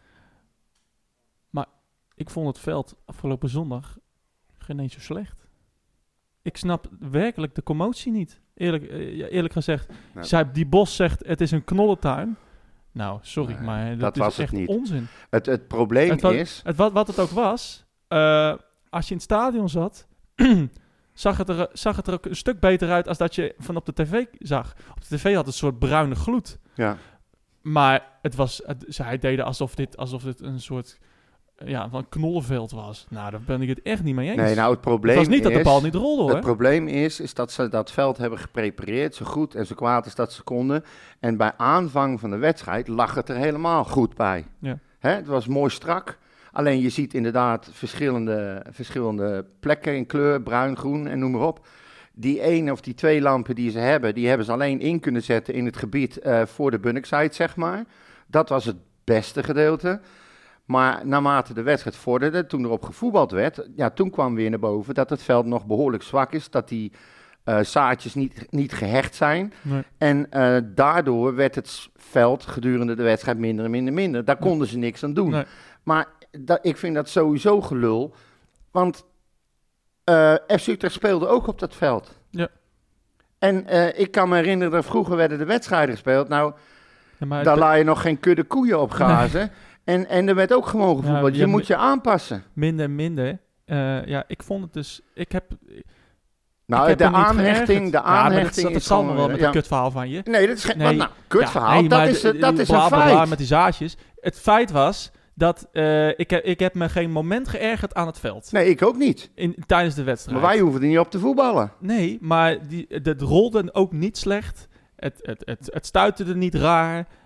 Maar ik vond het veld afgelopen zondag geen eens zo slecht. Ik snap werkelijk de commotie niet. Eerlijk, eerlijk gezegd, nee. Zij, die Bos zegt het is een knollentuin. Nou, sorry, nee, maar dat, dat is was echt het niet. onzin. Het, het probleem het was, is... Het, wat, wat het ook was, uh, als je in het stadion zat, zag, het er, zag het er ook een stuk beter uit als dat je van op de tv zag. Op de tv had het een soort bruine gloed. Ja. Maar het was, het, zij deden alsof dit, alsof dit een soort... Ja, van knollenveld was. Nou, daar ben ik het echt niet mee eens. Nee, nou het probleem Het was niet is, dat de bal niet rolde, hoor. Het probleem is, is dat ze dat veld hebben geprepareerd, zo goed en zo kwaad als dat ze konden. En bij aanvang van de wedstrijd lag het er helemaal goed bij. Ja. Hè, het was mooi strak. Alleen je ziet inderdaad verschillende, verschillende plekken in kleur, bruin, groen en noem maar op. Die één of die twee lampen die ze hebben, die hebben ze alleen in kunnen zetten in het gebied uh, voor de Bunnickside, zeg maar. Dat was het beste gedeelte. Maar naarmate de wedstrijd vorderde, toen erop gevoetbald werd, ja, toen kwam weer naar boven dat het veld nog behoorlijk zwak is, dat die uh, zaadjes niet, niet gehecht zijn. Nee. En uh, daardoor werd het veld gedurende de wedstrijd minder en minder minder. Daar konden ze niks aan doen. Nee. Maar da- ik vind dat sowieso gelul, want uh, F C Utrecht speelde ook op dat veld. Ja. En uh, ik kan me herinneren dat vroeger werden de wedstrijden gespeeld. Nou, ja, maar daar laat je nog geen kudde koeien op grazen. Nee. En, en er werd ook gewoon gevoetbald. Ja, je moet je aanpassen. Minder en minder. Uh, ja, ik vond het dus... Ik heb... Nou, ik heb de aanhechting, de aanhechting ja, dat, dat is zal me wel met ja. een kutverhaal van je. Nee, dat is geen... Nee, nou, kutverhaal, ja, nee, dat is, de, dat is bla, een bla, feit. Bla, met die zaadjes. Het feit was dat uh, ik, heb, ik heb me geen moment geërgerd aan het veld. Nee, ik ook niet. In, tijdens de wedstrijd. Maar wij hoeven er niet op te voetballen. Nee, maar die, het rolde ook niet slecht. Het, het, het, het stuitte er niet raar.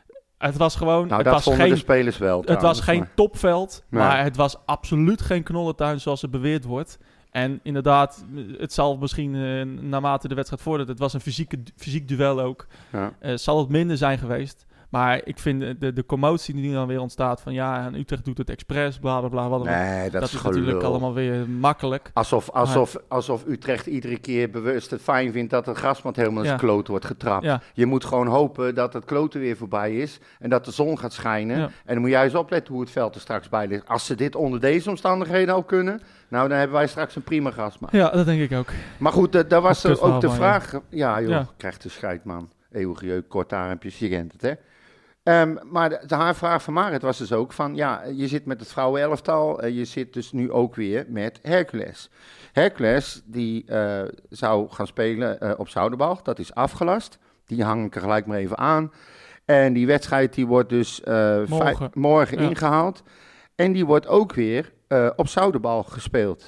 Het was gewoon... Nou, het dat was vonden geen, de spelers wel. Het trouwens, was geen maar. topveld, Nee. maar het was absoluut geen knollentuin zoals het beweerd wordt. En inderdaad, het zal misschien uh, naarmate de wedstrijd vordert, het was een fysieke, fysiek duel ook, Ja. uh, zal het minder zijn geweest. Maar ik vind de, de commotie die nu dan weer ontstaat van ja, en Utrecht doet het expres, bla bla bla. Wat Nee, dat, dat is is gelul. natuurlijk allemaal weer makkelijk. Alsof, alsof, alsof Utrecht iedere keer bewust het fijn vindt dat het grasmat helemaal in Ja. zijn kloot wordt getrapt. Ja. Je moet gewoon hopen dat het kloten weer voorbij is en dat de zon gaat schijnen. Ja. En dan moet je juist opletten hoe het veld er straks bij ligt. Als ze dit onder deze omstandigheden al kunnen, nou dan hebben wij straks een prima grasmat. Ja, dat denk ik ook. Maar goed, da- daar was Een er ook de kutverhaal van, vraag... Ja joh, Ja. krijgt de scheid man. Eeuwige jeuk, kort armpjes, je kent het hè. Ehm, maar de, de haar vraag van Marit was dus ook van, ja, je zit met het vrouwenelftal, uh, je zit dus nu ook weer met Hercules. Hercules, die uh, zou gaan spelen uh, op Zoudenbalg, dat is afgelast. Die hang ik er gelijk maar even aan. En die wedstrijd die wordt dus uh, Morgen. vij- morgen Ja. ingehaald. En die wordt ook weer uh, op Zoudenbalg gespeeld.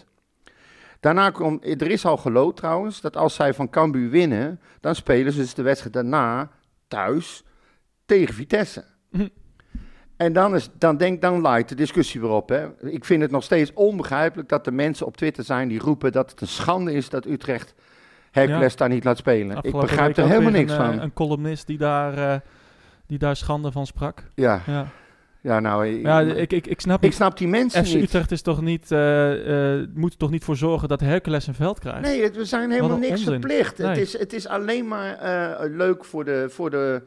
Daarna komt, er is al geloot trouwens, dat als zij van Cambuur winnen, dan spelen ze dus de wedstrijd daarna thuis tegen Vitesse. Hm. En dan, is, dan, denk, dan laait de discussie weer op. Hè. Ik vind het nog steeds onbegrijpelijk dat er mensen op Twitter zijn die roepen dat het een schande is dat Utrecht Hercules Ja. daar niet laat spelen. Ik Afgelopen begrijp week er ook helemaal weer niks een, van. uh, een columnist die daar, uh, die daar schande van sprak. Ja, Ja, ja nou, ik, ja ik, ik, ik snap ik niet. snap die mensen F C niet. Utrecht is toch niet, uh, uh, moet er toch niet voor zorgen dat Hercules een veld krijgt? Nee, het, we zijn helemaal Wat een niks onzin. verplicht. Nee. Het, is, het is alleen maar uh, leuk voor de, voor de...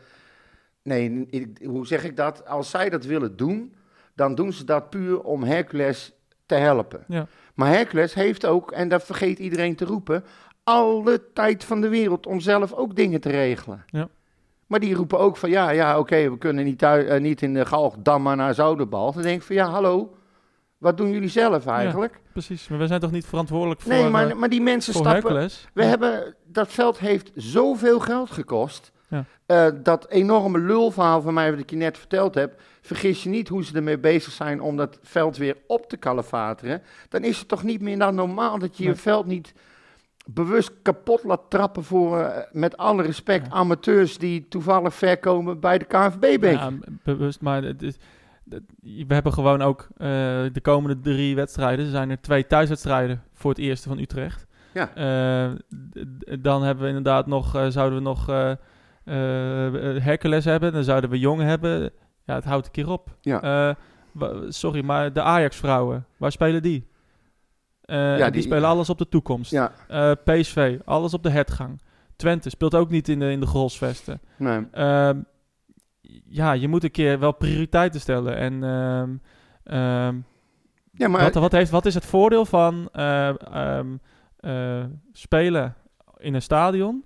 Nee, ik, hoe zeg ik dat? Als zij dat willen doen, dan doen ze dat puur om Hercules te helpen. Ja. Maar Hercules heeft ook, en dat vergeet iedereen te roepen, alle tijd van de wereld om zelf ook dingen te regelen. Ja. Maar die roepen ook van, ja, ja, oké, okay, we kunnen niet, thui- uh, niet in de Galgdam maar naar Zoudenbalg. Dan denk ik van, ja, hallo, wat doen jullie zelf eigenlijk? Ja, precies, maar we zijn toch niet verantwoordelijk voor, nee, maar, uh, maar die mensen voor stappen... Hercules? We Ja. hebben, dat veld heeft zoveel geld gekost. Ja. Uh, dat enorme lulverhaal van mij, wat ik je net verteld heb. Vergis je niet hoe ze ermee bezig zijn om dat veld weer op te kalefateren. Dan is het toch niet meer dan normaal dat je Nee. je veld niet bewust kapot laat trappen voor, uh, met alle respect, Ja. amateurs die toevallig ver komen bij de K N V B-beker. Ja, bewust, maar het is, het- we hebben gewoon ook uh, de komende drie wedstrijden, er zijn er twee thuiswedstrijden voor het eerste van Utrecht. Ja. Uh, d- d- dan hebben we inderdaad nog, uh, zouden we nog uh, uh, Hercules hebben, dan zouden we Jong hebben. Ja, het houdt een keer op. Ja. Uh, wa- sorry, maar de Ajax-vrouwen, waar spelen die? Uh, Ja, die, die- spelen alles op de toekomst. Ja, Uh, P S V, alles op de hertgang. Twente speelt ook niet in de, in de Grolsvesten. nee. Ehm, ja, je moet een keer wel prioriteiten stellen. En ehm, ehm, Ja, maar wat, wat, heeft, wat is het voordeel van eh, ehm, eh, spelen in een stadion?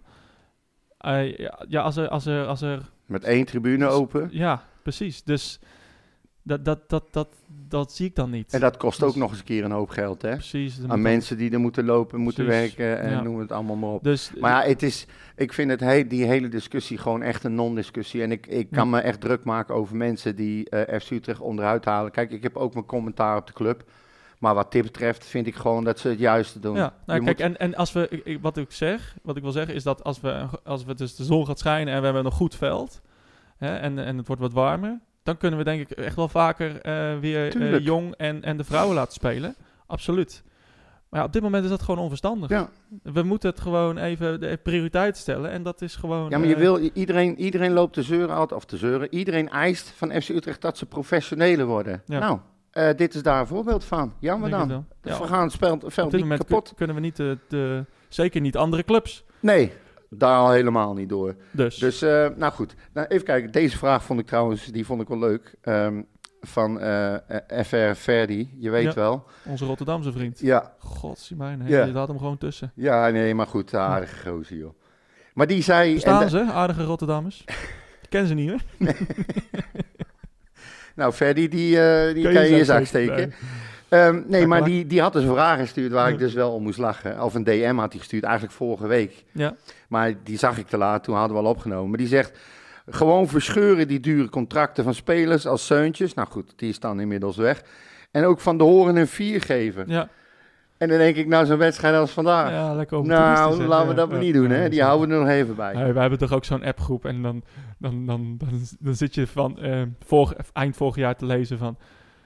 Eh, ja, ja, als er, als er, als er, met één tribune open. ja, precies. Dus dat, dat, dat, dat, dat zie ik dan niet. En dat kost Dus- ook nog eens een keer een hoop geld, hè? Precies. dan Aan moet mensen die er moeten lopen, moeten Precies, werken en ja. noem het allemaal maar op. dat- Dus, Maar ja, het is, ik vind het he- die hele discussie gewoon echt een non-discussie. En ik, ik kan Ja. me echt druk maken over mensen die uh, F C Utrecht onderuit halen. Kijk, ik heb ook mijn commentaar op de club. Maar wat dit betreft vind ik gewoon dat ze het juiste doen. ja, nou, Je kijk, moet- en, en als we, ik, ik- wat ik zeg, wat ik wil zeggen, is dat als we, als we dus de zon gaat schijnen en we hebben een goed veld, hè, en, en het wordt wat warmer, dan kunnen we denk ik echt wel vaker eh, weer eh, Tuurlijk. Jong en, en de vrouwen laten spelen. Absoluut. Maar ja, op dit moment is dat gewoon onverstandig. Ja. We moeten het gewoon even de prioriteit stellen en dat is gewoon... ja, maar je eh, wil, iedereen, iedereen loopt te zeuren, altijd, of te zeuren. Iedereen eist van F C Utrecht dat ze professioneler worden. Ja. Nou, uh, dit is daar een voorbeeld van. Jammer denk het dan. wel. Ja, we gaan het spel, veld op dit niet moment kapot. kun- kunnen we niet de, de... Zeker niet andere clubs. Nee, daar al helemaal niet door. Dus, Dus, uh, nou goed. Nou, even kijken. Deze vraag vond ik trouwens, die vond ik wel leuk. Um, van uh, F R Verdi, je weet Ja. wel. onze Rotterdamse vriend. Ja, God, zie mij, Ja. je laat hem gewoon tussen. ja, nee, maar goed, aardige gozer, joh. Maar die zei... Bestaan en, ze, aardige Rotterdammers? Ik ken ze niet, hoor. nou, Verdi, die, uh, die Kan kan je je in je zak zak steken, steken. Um, nee, Ja, maar klaar. die, die had dus een vraag gestuurd waar Ja. ik dus wel om moest lachen. Of een D M had hij gestuurd, eigenlijk vorige week. Ja, Maar die zag ik te laat, toen hadden we al opgenomen. Maar die zegt, gewoon verscheuren die dure contracten van spelers als Seuntjes. Nou goed, die is dan inmiddels weg. En ook Van de Horen een vier geven. ja. En dan denk ik, nou zo'n wedstrijd als vandaag. Ja, lekker nou, laten we dat maar ja, niet doen, ja, hè. Die ja, houden we er nog even bij. Ja, wij hebben toch ook zo'n appgroep en dan, dan, dan, dan, dan zit je van uh, vorig, eind vorig jaar te lezen van,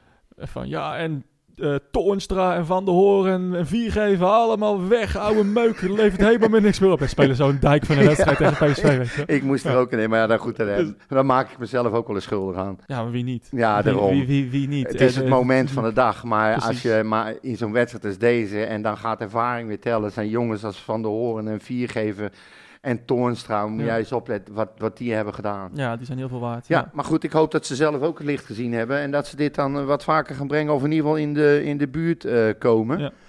van ja, en uh, Toornstra en Van der Hoorn en Viergever allemaal weg, oude meuk, er levert helemaal meer niks meer op. En spelen zo'n dijk van een wedstrijd ja. tegen P S V, weet je. Ik moest er ja. ook in, maar ja, daar goed aan hebben. Dan maak ik mezelf ook wel eens schuldig aan. Ja, maar wie niet? Ja, wie, daarom. Wie, wie, wie niet? Het is en, het moment van de dag, maar precies. als je maar in zo'n wedstrijd als deze, en dan gaat ervaring weer tellen, zijn jongens als Van der Hoorn en Viergever en Toornstra, moet ja. jij eens opletten wat, wat die hebben gedaan. Ja, die zijn heel veel waard. Ja, Ja, maar goed, ik hoop dat ze zelf ook het licht gezien hebben en dat ze dit dan uh, wat vaker gaan brengen of in ieder geval in de, in de buurt uh, komen. Ja.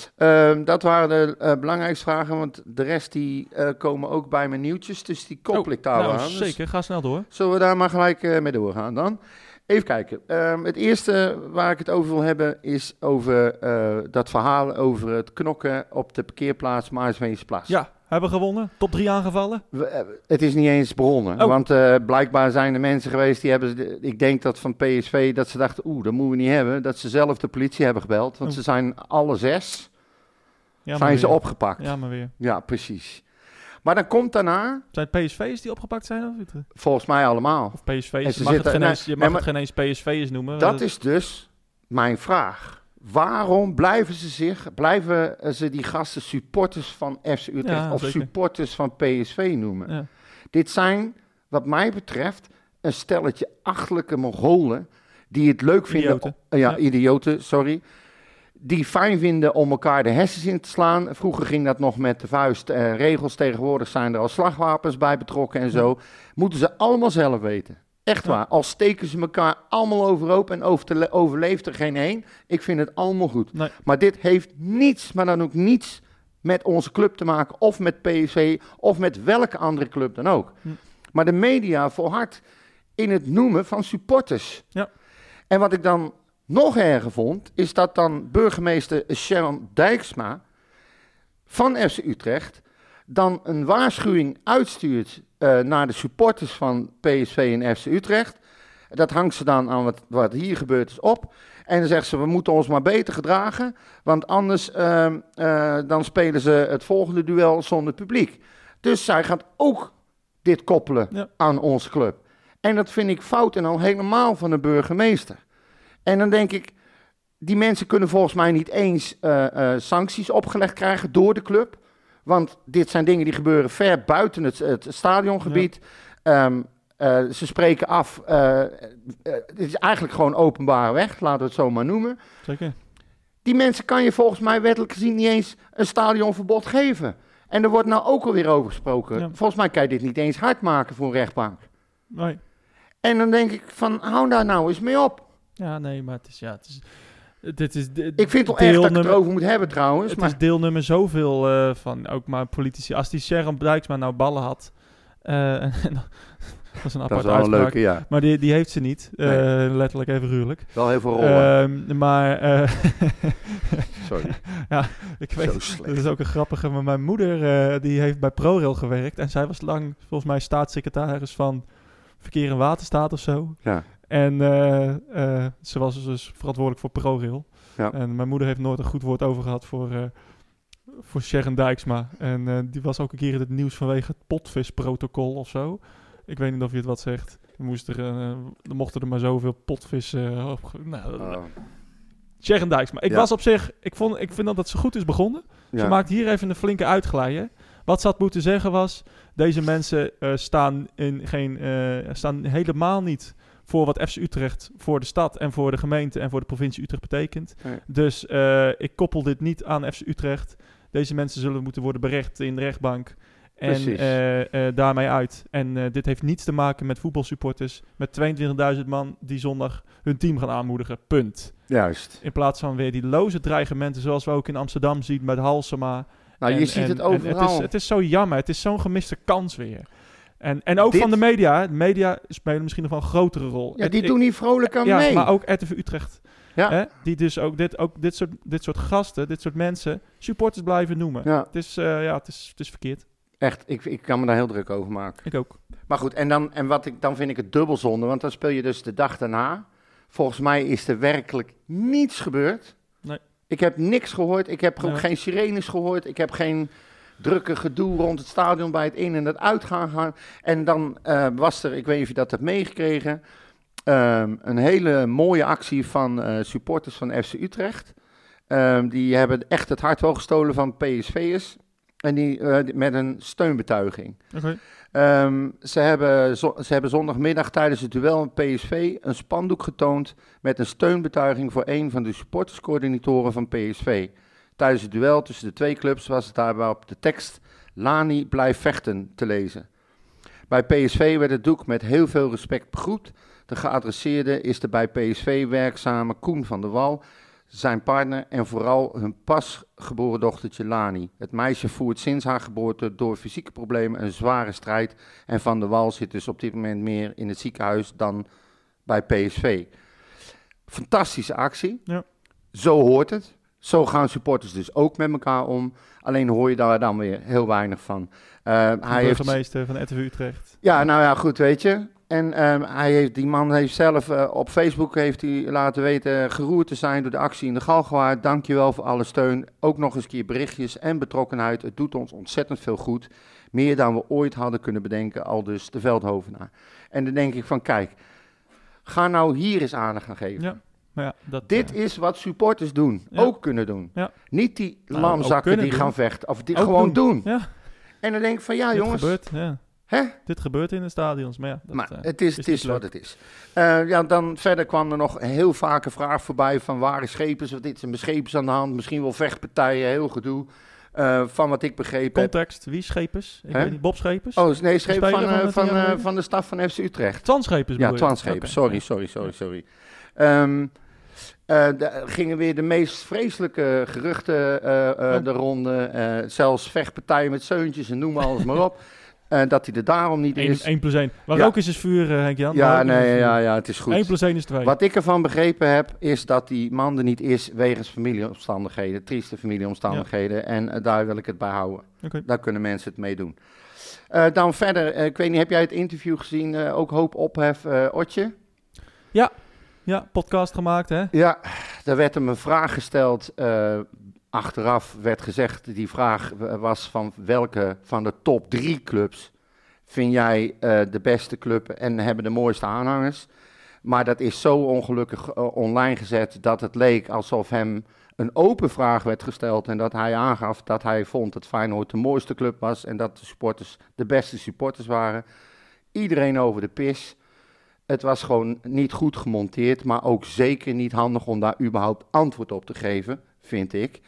Uh, dat waren de uh, belangrijkste vragen, want de rest die uh, komen ook bij mijn nieuwtjes, dus die koppel oh, ik daar nou, aan. Dus zeker, ga snel door. zullen we daar maar gelijk uh, mee doorgaan dan? Even kijken. Um, het eerste waar ik het over wil hebben is over uh, dat verhaal over het knokken op de parkeerplaats Maartensweesterplas. Ja, hebben we gewonnen? Top drie aangevallen? We, uh, het is niet eens begonnen, oh. want uh, blijkbaar zijn er mensen geweest die hebben, de, ik denk dat van P S V, dat ze dachten, oeh, dat moeten we niet hebben, dat ze zelf de politie hebben gebeld, want oh. ze zijn alle zes, ja, zijn ze opgepakt. Ja, maar weer. Ja, precies. Maar dan komt daarna... Zijn het P S V'ers die opgepakt zijn? Of niet? Volgens mij allemaal. Of P S V'ers, je mag, mag, zitten, het, geen nee, eens, je mag nee, maar, het geen eens P S V'ers noemen. Dat is dus mijn vraag. Waarom blijven ze zich, blijven ze die gasten supporters van F C Utrecht ja, of zeker. supporters van P S V noemen? Ja. Dit zijn, wat mij betreft, een stelletje achterlijke Mongolen die het leuk vinden... Idioten. Uh, ja, ja, idioten, sorry. Die fijn vinden om elkaar de hersens in te slaan. Vroeger ging dat nog met de vuist. Uh, regels, tegenwoordig zijn er al slagwapens bij betrokken en zo. Moeten ze allemaal zelf weten. Echt waar. Al steken ze elkaar allemaal overhoop en over overleeft er geen één. Ik vind het allemaal goed. Nee. Maar dit heeft niets, maar dan ook niets met onze club te maken. Of met P S V of met welke andere club dan ook. Hm. Maar de media volhardt in het noemen van supporters. Ja. En wat ik dan nog erger vond, is dat dan burgemeester Sharon Dijksma van F C Utrecht dan een waarschuwing uitstuurt uh, naar de supporters van P S V en F C Utrecht. Dat hangt ze dan aan wat, wat hier gebeurd is op. En dan zegt ze, we moeten ons maar beter gedragen, want anders uh, uh, dan spelen ze het volgende duel zonder publiek. Dus zij gaat ook dit koppelen ja. aan onze club. En dat vind ik fout en al helemaal van de burgemeester. En dan denk ik, die mensen kunnen volgens mij niet eens uh, uh, sancties opgelegd krijgen door de club. Want dit zijn dingen die gebeuren ver buiten het, het stadiongebied. Ja. Um, uh, ze spreken af, uh, uh, het is eigenlijk gewoon openbare weg, laten we het zo maar noemen. Zeker. Die mensen kan je volgens mij wettelijk gezien niet eens een stadionverbod geven. En er wordt nou ook alweer over gesproken. Ja. Volgens mij kan je dit niet eens hard maken voor een rechtbank. Nee. En dan denk ik van, hou daar nou eens mee op. Ja, nee, maar het is... Ja, het is dit is de, ik vind het wel echt dat ik het erover moet hebben trouwens. Het maar... is deelnummer zoveel uh, van ook maar politici. Als die Sharon Dijksma nou ballen had... Uh, en, en, dat is een aparte dat is wel een leuke, ja. Maar die, die heeft ze niet. Uh, nee. Letterlijk even ruwelijk. Wel heel veel rollen. Uh, maar... Uh, Sorry. Ja, ik weet... Dat is ook een grappige... Maar mijn moeder uh, die heeft bij ProRail gewerkt. En zij was lang volgens mij staatssecretaris van Verkeer en Waterstaat of zo. Ja. En uh, uh, ze was dus verantwoordelijk voor ProRail. Ja. En mijn moeder heeft nooit een goed woord over gehad voor, uh, voor Sharon Dijksma. En uh, die was ook een keer in het nieuws vanwege het potvisprotocol of zo. Ik weet niet of je het wat zegt. Er, moest er, uh, er mochten er maar zoveel potvissen uh, op. Nou, oh. Sharon Dijksma. Ik ja. was op zich... Ik, vond, ik vind dat het zo goed is begonnen. Ja. Ze maakt hier even een flinke uitglijden. Wat ze had moeten zeggen was... Deze mensen uh, staan, in geen, uh, staan helemaal niet... voor wat F C Utrecht voor de stad en voor de gemeente en voor de provincie Utrecht betekent. Nee. Dus uh, ik koppel dit niet aan F C Utrecht. Deze mensen zullen moeten worden berecht in de rechtbank. En uh, uh, daarmee uit. En uh, dit heeft niets te maken met voetbalsupporters. Met tweeëntwintigduizend man die zondag hun team gaan aanmoedigen. Punt. Juist. In plaats van weer die loze dreigementen zoals we ook in Amsterdam zien met Halsema. Nou, en, je ziet en, het overal. Het is, het is zo jammer. Het is zo'n gemiste kans weer. En, en ook Dit? van de media. De media spelen misschien nog wel een grotere rol. Ja, die ik, doen niet vrolijk aan ja, mee. Maar ook R T V Utrecht. Ja. Hè, die dus ook, dit, ook dit, soort, dit soort gasten, dit soort mensen, supporters blijven noemen. Ja. Het, is, uh, ja, het, is, het is verkeerd. Echt, ik, ik kan me daar heel druk over maken. Ik ook. Maar goed, en dan, en wat ik, dan vind ik het dubbel zonde, want dan speel je dus de dag daarna. Volgens mij is er werkelijk niets gebeurd. Nee. Ik heb niks gehoord. Ik heb ook Ja. geen sirenes gehoord. Ik heb geen drukke gedoe rond het stadion bij het in- en het uitgaan gaan. En dan uh, was er, ik weet niet of je dat hebt meegekregen, um, een hele mooie actie van uh, supporters van F C Utrecht. Um, die hebben echt het hart wel gestolen van P S V'ers. En die, uh, die met een steunbetuiging. Okay. Um, ze, hebben zo, ze hebben zondagmiddag tijdens het duel met P S V een spandoek getoond met een steunbetuiging voor een van de supporterscoördinatoren van P S V. Tijdens het duel tussen de twee clubs was het daarbij op de tekst Lani blijft vechten te lezen. Bij P S V werd het doek met heel veel respect begroet. De geadresseerde is de bij P S V werkzame Koen van der Wal, zijn partner en vooral hun pasgeboren dochtertje Lani. Het meisje voert sinds haar geboorte door fysieke problemen een zware strijd en Van der Wal zit dus op dit moment meer in het ziekenhuis dan bij P S V. Fantastische actie. Ja. Zo hoort het. Zo gaan supporters dus ook met elkaar om. Alleen hoor je daar dan weer heel weinig van. Uh, hij burgemeester heeft... van R T V Utrecht. Ja, nou ja, goed, weet je. En um, hij heeft, die man heeft zelf uh, op Facebook heeft hij laten weten geroerd te zijn door de actie in de Galgenwaard. Dankjewel voor alle steun. Ook nog eens een keer berichtjes en betrokkenheid. Het doet ons ontzettend veel goed. Meer dan we ooit hadden kunnen bedenken, al dus de Veldhovenaar. En dan denk ik van, kijk, ga nou hier eens aandacht aan geven. Ja. Ja, dat, Dit uh, is wat supporters doen, ja. ook kunnen doen. Ja. Niet die nou, lamzakken die doen. gaan vechten, of die ook gewoon doen. doen. Ja. En dan denk ik van, ja dit jongens... Gebeurt, ja. Hè? Dit gebeurt in de stadions, maar ja. Dat, maar uh, het is, is, het is wat het is. Uh, ja, dan verder kwam er nog heel vaak een vraag voorbij van waar is Schepers, of dit is een Schepers aan de hand, misschien wel vechtpartijen, heel gedoe. Uh, van wat ik begrepen Context, wie Schepers? Ik Hè? weet niet, Bob Schepers? Oh, nee, Schepers van, uh, van, van, uh, van, van de staf van F C Utrecht. Twan Schepers Ja, Twan Schepers, okay. sorry, sorry, sorry, sorry. Um, Uh, er gingen weer de meest vreselijke geruchten uh, uh, oh. de ronde. Uh, zelfs vechtpartijen met zeuntjes en noem maar alles maar op. Uh, dat hij er daarom niet Eén, is. één plus één. Maar ja. ook is het vuur, uh, Henk-Jan. Ja, nee, ja, ja, het is goed. één plus één is twee. Wat ik ervan begrepen heb, is dat die man er niet is wegens familieomstandigheden. Trieste familieomstandigheden. Ja. En uh, daar wil ik het bij houden. Okay. Daar kunnen mensen het mee doen. Uh, dan verder, uh, ik weet niet, heb jij het interview gezien? Uh, ook hoop ophef, uh, Otje? Ja. Ja, podcast gemaakt, hè? Ja, daar werd hem een vraag gesteld. Uh, achteraf werd gezegd, die vraag was van welke van de top drie clubs vind jij uh, de beste club en hebben de mooiste aanhangers. Maar dat is zo ongelukkig uh, online gezet dat het leek alsof hem een open vraag werd gesteld en dat hij aangaf dat hij vond dat Feyenoord de mooiste club was en dat de supporters de beste supporters waren. Iedereen over de pis. Het was gewoon niet goed gemonteerd, maar ook zeker niet handig om daar überhaupt antwoord op te geven, vind ik.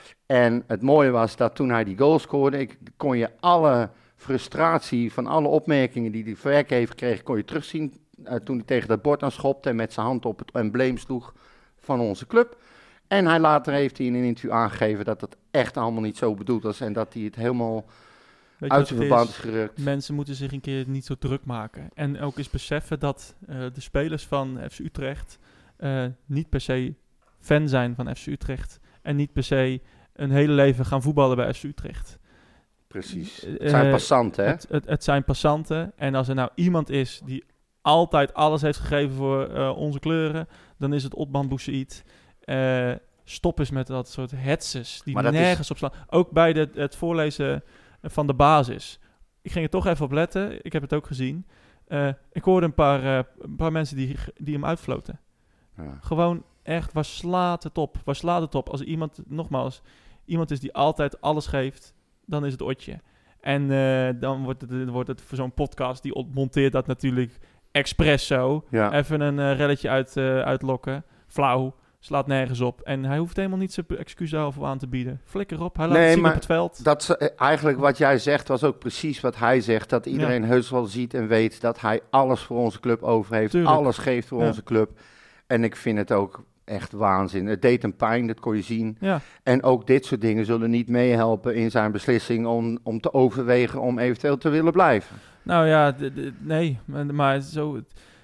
En het mooie was dat toen hij die goal scoorde, ik, kon je alle frustratie van alle opmerkingen die hij verwerkt heeft gekregen, kon je terugzien. Uh, toen hij tegen dat bord aan schopte en met zijn hand op het embleem sloeg van onze club. En hij later heeft hij in een interview aangegeven dat het echt allemaal niet zo bedoeld was en dat hij het helemaal... Weet uit zijn verband is gerukt. Mensen moeten zich een keer niet zo druk maken. En ook eens beseffen dat uh, de spelers van F C Utrecht uh, niet per se fan zijn van F C Utrecht. En niet per se een hele leven gaan voetballen bij F C Utrecht. Precies. Uh, het zijn passanten, hè? Het, het, het zijn passanten. En als er nou iemand is die altijd alles heeft gegeven voor uh, onze kleuren, dan is het Otman Boussaïd. Uh, stop eens met dat soort hetzes die nergens is... op slaan. Ook bij de, het voorlezen van de basis. Ik ging er toch even op letten. Ik heb het ook gezien. Uh, ik hoorde een paar, uh, een paar mensen die, die hem uitfloten. Ja. Gewoon echt, waar slaat het op? Waar slaat het op? Als iemand, nogmaals, iemand is die altijd alles geeft, dan is het Otje. En uh, dan wordt het, wordt het voor zo'n podcast, die monteert dat natuurlijk expres zo. Ja. Even een uh, relletje uit, uh, uitlokken. Flauw. Slaat nergens op. En hij hoeft helemaal niet zijn excuus daarvoor aan te bieden. Flikker op, hij laat nee, het zien op het veld. Dat, eigenlijk wat jij zegt was ook precies wat hij zegt. Dat iedereen ja. heus wel ziet en weet dat hij alles voor onze club over heeft. Tuurlijk. Alles geeft voor ja. onze club. En ik vind het ook echt waanzin. Het deed hem pijn, dat kon je zien. Ja. En ook dit soort dingen zullen niet meehelpen in zijn beslissing om, om te overwegen om eventueel te willen blijven. Nou ja, d- d- nee. Maar zo...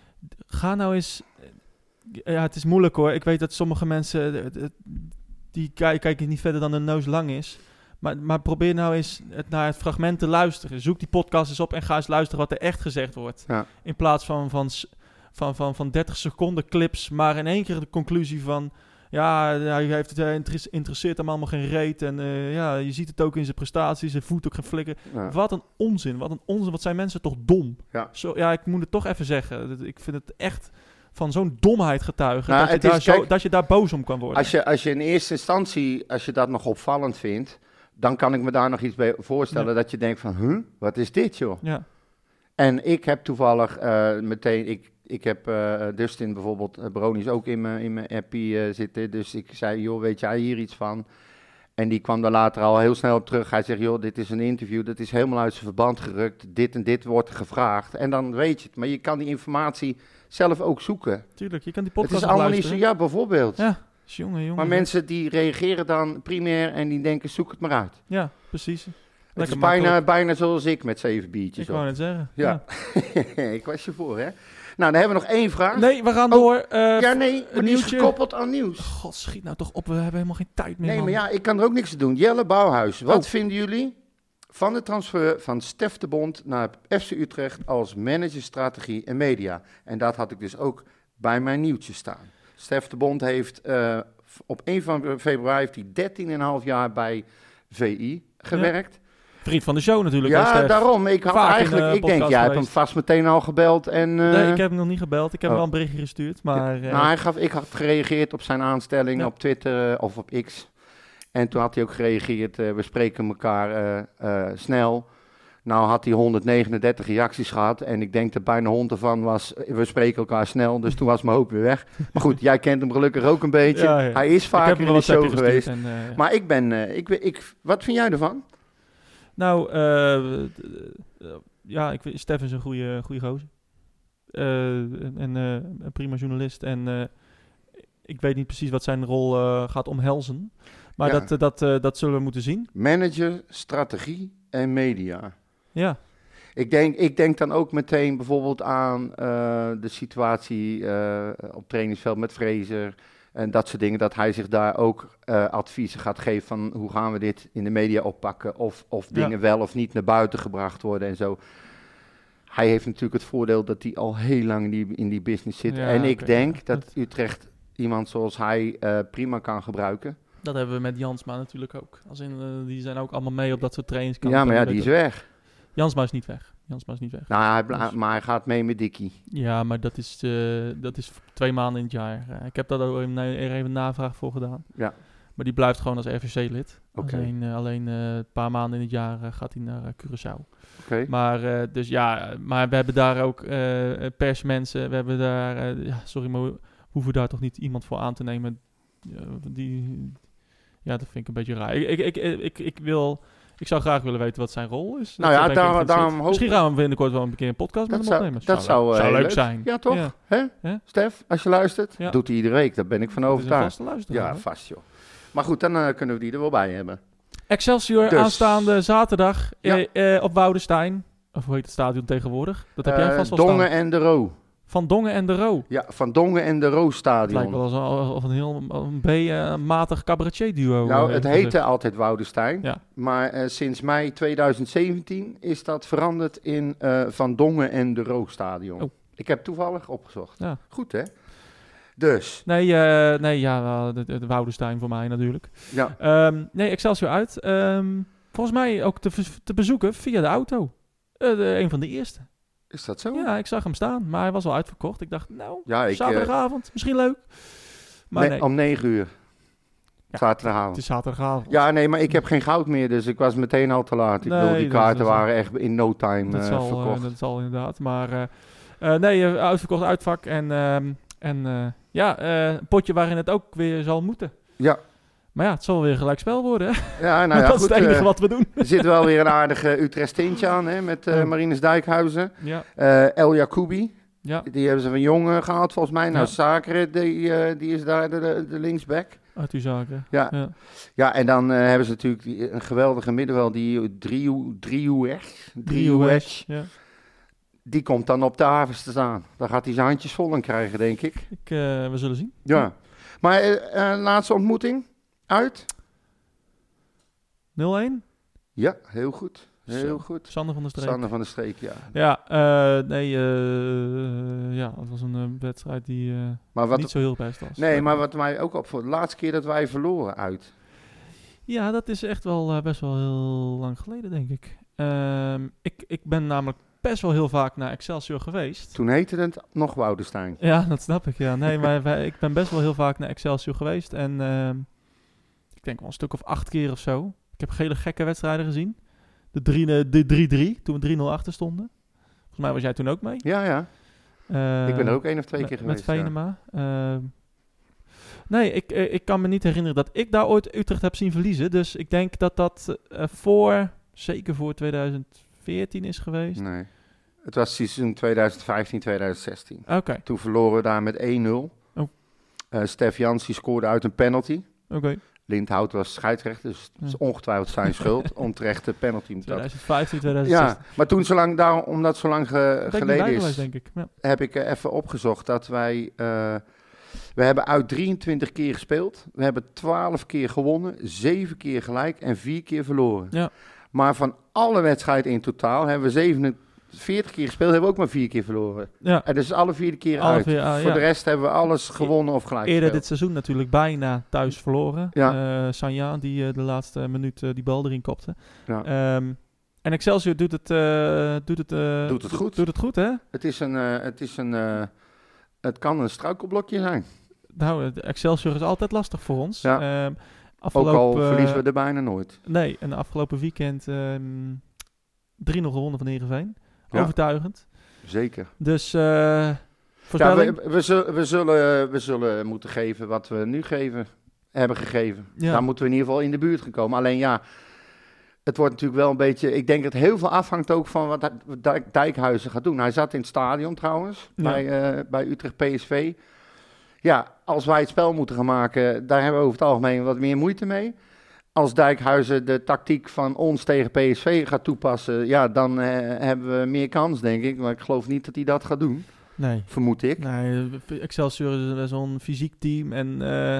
Ga nou eens... Ja, het is moeilijk hoor. Ik weet dat sommige mensen, die kijken niet verder dan hun neus lang is. Maar, maar probeer nou eens het, naar het fragment te luisteren. Zoek die podcast eens op en ga eens luisteren wat er echt gezegd wordt. Ja. In plaats van, van, van, van, van dertig seconden clips, maar in één keer de conclusie van... Ja, hij heeft het, uh, interesse- interesseert hem allemaal geen reet. En uh, ja, je ziet het ook in zijn prestaties. Hij voelt ook geen flikker. Ja. Wat een onzin. Wat een onzin. Wat zijn mensen toch dom. Ja. Zo, ja, ik moet het toch even zeggen. Ik vind het echt van zo'n domheid getuigen. Nou, dat, je het is, daar zo, kijk, dat je daar boos om kan worden. Als je, als je in eerste instantie, als je dat nog opvallend vindt, dan kan ik me daar nog iets bij voorstellen. Ja. Dat je denkt van, huh, wat is dit joh? Ja. En ik heb toevallig uh, meteen, ik, ik heb uh, Dustin bijvoorbeeld, uh, Bronies ook in mijn in mijn appie uh, zitten. Dus ik zei, joh, weet jij hier iets van? En die kwam daar later al heel snel op terug. Hij zegt, joh, dit is een interview, dat is helemaal uit zijn verband gerukt. Dit en dit wordt gevraagd. En dan weet je het. Maar je kan die informatie zelf ook zoeken. Tuurlijk, je kan die podcast Het is allemaal niet zo, luisteren. ja, bijvoorbeeld. Ja, jongen, jongen. Maar mensen die reageren dan primair en die denken, zoek het maar uit. Ja, precies. Het Lekker is bijna, makkelijk. bijna zoals ik met zeven biertjes Ik wou op. net zeggen. Ja. Ja. Ik was je voor, hè? Nou, dan hebben we nog één vraag. Nee, we gaan Oh, door. Uh, ja, nee, een maar die is nieuwtje. gekoppeld aan nieuws. God, schiet nou toch op. We hebben helemaal geen tijd meer, Nee, man. maar ja, ik kan er ook niks aan doen. Jelle Bouwhuis, wat Oh. vinden jullie van de transfer van Stef de Bond naar F C Utrecht als manager strategie en media? En dat had ik dus ook bij mijn nieuwtje staan. Stef de Bond heeft uh, op één van februari heeft hij dertien komma vijf jaar bij V I gewerkt. Ja. Vriend van de show natuurlijk. Ja, hè, Stef. daarom. Ik had Vaak in, eigenlijk, uh, ik denk, podcast jij hebt hem geweest. vast meteen al gebeld en... Uh, Nee, ik heb hem nog niet gebeld. Ik heb oh. hem wel een berichtje gestuurd, maar... Uh, nou, hij gaf, ik had gereageerd op zijn aanstelling Ja. op Twitter uh, of op X. En toen had hij ook gereageerd, uh, we spreken elkaar uh, uh, snel. Nou had hij honderdnegenendertig reacties gehad en ik denk dat bijna honderd ervan was, we spreken elkaar snel. Dus toen was mijn hoop weer weg. Maar goed, jij kent hem gelukkig ook een beetje. Ja, ja. Hij is ik heb vaker hem in wel de een show appje geweest. gestuurd en, uh, ja. Maar ik ben, uh, ik, ik, wat vind jij ervan? Nou, uh, uh, ja, ik vind Stef is een goede, goede gozer. Uh, en uh, een prima journalist. En uh, ik weet niet precies wat zijn rol uh, gaat omhelzen. Maar Ja. dat, uh, dat, uh, dat zullen we moeten zien. Manager, strategie en media. Ja, Ik denk, ik denk dan ook meteen bijvoorbeeld aan uh, de situatie uh, op trainingsveld met Fraser en dat soort dingen. Dat hij zich daar ook uh, adviezen gaat geven van hoe gaan we dit in de media oppakken. Of, of dingen Ja. wel of niet naar buiten gebracht worden en zo. Hij heeft natuurlijk het voordeel dat hij al heel lang in die, in die business zit. Ja, en ik oké, denk ja. dat Dat- Utrecht iemand zoals hij uh, prima kan gebruiken. dat hebben we met Jansma natuurlijk ook. Als in, uh, die zijn ook allemaal mee op dat soort trainingskampen. Ja, maar ja, En die is weet weg. je- Jansma is niet weg. Jansma is niet weg. Nou, hij bla- Dus- maar hij gaat mee met Dickie. Ja, maar dat is, uh, dat is twee maanden in het jaar. Uh, ik heb daar ook even, er even navraag voor gedaan. Ja. Maar die blijft gewoon als R V C-lid. Oké. Alleen, uh, alleen uh, een paar maanden in het jaar uh, gaat hij naar uh, Curaçao. Oké. Maar, uh, dus ja, maar we hebben daar ook uh, persmensen. We hebben daar, uh, ja, sorry, maar we hoeven daar toch niet iemand voor aan te nemen. Uh, die, ja, dat vind ik een beetje raar. Ik, ik, ik, ik, ik wil... Ik zou graag willen weten wat zijn rol is. Nou Dat ja, ben ik daar- geïnteresseerd. daarom hoop- Misschien gaan we binnenkort wel een keer een podcast met Dat hem zou, opnemen. dat zou, uh, zou heel leuk zijn. Ja, toch? Ja. Hè? Hè? Stef, als je luistert, Ja. doet hij iedere week. Daar ben ik van Dat is een overtuigd. vaste luisteraar, Ja, hoor. vast joh. Maar goed, dan uh, kunnen we die er wel bij hebben. Excelsior Dus. aanstaande zaterdag Ja. eh, eh, op Woudenstein. Of hoe heet het stadion tegenwoordig? Dat heb jij Eh, vast wel Dongen staan. en de Roo. Van Dongen en de Roo. Ja, van Dongen en de Roo Het lijkt stadion. wel als een, als een heel een B-matig cabaretier duo. Nou, eh, het gezegd. heette altijd Woudenstein. Ja. Maar uh, sinds mei tweeduizend zeventien is dat veranderd in uh, Van Dongen en de Roo stadion. Oh. Ik heb toevallig opgezocht. Ja. Goed hè? Dus, Nee, uh, nee, ja, wel, de, de, de Woudenstein voor mij natuurlijk. ja. Um, nee, Excelsior uit. Um, volgens mij ook te, te bezoeken via de auto. Uh, de, een van de eerste. Is dat zo? Ja, ik zag hem staan, maar hij was al uitverkocht. Ik dacht, nou, Ja, ik, uh, zaterdagavond, misschien leuk. Maar ne- nee, om negen uur. Ja, Zaterdagavond. het is zaterdagavond. Ja, nee, maar ik heb geen goud meer, dus ik was meteen al te laat. Ik Nee, bedoel, die dat- kaarten dat is- waren echt in no time Dat, uh, zal, verkocht. uh, dat zal inderdaad. Maar uh, uh, nee, uh, uitverkocht uitvak. En, um, en uh, ja, uh, een potje waarin het ook weer zal moeten. Ja, Maar ja, het zal weer een gelijkspel worden. Hè? ja, nou ja, dat goed. is het enige uh, wat we doen. er zit wel weer een aardige Utrecht tintje aan, hè, met uh, Ja. Marinus Dijkhuizen. Ja, Uh, El Jacoubi, ja. die hebben ze van Jong uh, gehaald volgens mij. Nou, Ja. Zakeren, die, uh, die is daar de, de, de linksback. Uit uw zaken. Ja. Ja. Ja, en dan uh, hebben ze natuurlijk die, een geweldige middenveld, die Driehoek. Driehoek. Driehoek. Ja. Die komt dan op de havens te staan. Daar gaat hij zijn handjes vol aan krijgen, denk ik. Ik, uh, we zullen zien. Ja. Maar uh, uh, laatste ontmoeting? Uit? nul-een? Ja, heel goed. Heel Zo. goed. Sander van der Streek. Sander van der Streek, ja. Ja, uh, nee, uh, ja, dat was een uh, wedstrijd die uh, maar wat, niet zo heel best was. Nee, maar wat mij ook opvalt, de laatste keer dat wij verloren uit. Ja, dat is echt wel uh, best wel heel lang geleden, denk ik. Um, ik. Ik ben namelijk best wel heel vaak naar Excelsior geweest. Toen heette het nog Woudenstein. Ja, dat snap ik, ja. Nee, maar wij, ik ben best wel heel vaak naar Excelsior geweest. En uh, ik denk wel een stuk of acht keer of zo. Ik heb hele gekke wedstrijden gezien. De drie drie, toen we drie nul achter stonden. Volgens mij was jij toen ook mee. Ja, ja. Uh, ik ben er ook één of twee met, keer geweest. Met Venema. Ja. Uh, nee, ik, ik kan me niet herinneren dat ik daar ooit Utrecht heb zien verliezen. Dus ik denk dat dat uh, voor, zeker voor twintig veertien is geweest. Nee, het was seizoen twintig vijftien twintig zestien. Oké. Okay. Toen verloren we daar met één nul. Oh. Uh, Stef Jans die scoorde uit een penalty. Oké. Okay. Lindhout was scheidsrechter, dus het is ja. ongetwijfeld zijn schuld om terecht de penalty. twintig vijftien twintig zestien. Ja, maar toen, zolang, daar, omdat het zo lang ge, geleden is, geweest, denk ik. Ja. heb ik uh, even opgezocht dat wij, uh, we hebben uit drieëntwintig keer gespeeld. We hebben twaalf keer gewonnen, zeven keer gelijk en vier keer verloren. Ja. Maar van alle wedstrijden in totaal hebben we zevenenveertig keer gespeeld, hebben we ook maar vier keer verloren. Ja. En dus alle vier keer alle uit. Vier, uh, Voor ja. de rest hebben we alles gewonnen of gelijk Eerder gespeeld. dit seizoen natuurlijk bijna thuis verloren. Ja. Uh, Sanja, die uh, de laatste minuut uh, die bal erin kopte. Ja. Um, en Excelsior doet het, uh, doet het, uh, doet het goed. Doet het goed, hè? Het is een, uh, het is een, uh, het kan een struikelblokje zijn. Nou, Excelsior is altijd lastig voor ons. Ja. Um, Ook al verliezen we er bijna nooit. Nee, en afgelopen weekend um, drie nul gewonnen van Heerenveen. Ja. Overtuigend. Zeker. Dus uh, voorspelling? Ja, we, we, zullen, we, zullen, we zullen moeten geven wat we nu geven, hebben gegeven. Ja. Daar moeten we in ieder geval in de buurt gaan komen. Alleen ja, het wordt natuurlijk wel een beetje... Ik denk dat heel veel afhangt ook van wat Dijk, Dijkhuizen gaat doen. Hij zat in het stadion trouwens, ja. bij, uh, bij Utrecht P S V. Ja, als wij het spel moeten gaan maken, daar hebben we over het algemeen wat meer moeite mee. Als Dijkhuizen de tactiek van ons tegen P S V gaat toepassen, ja, dan uh, hebben we meer kans, denk ik. Maar ik geloof niet dat hij dat gaat doen. Nee. Vermoed ik. Nee, Excelsior is zo'n fysiek team en uh,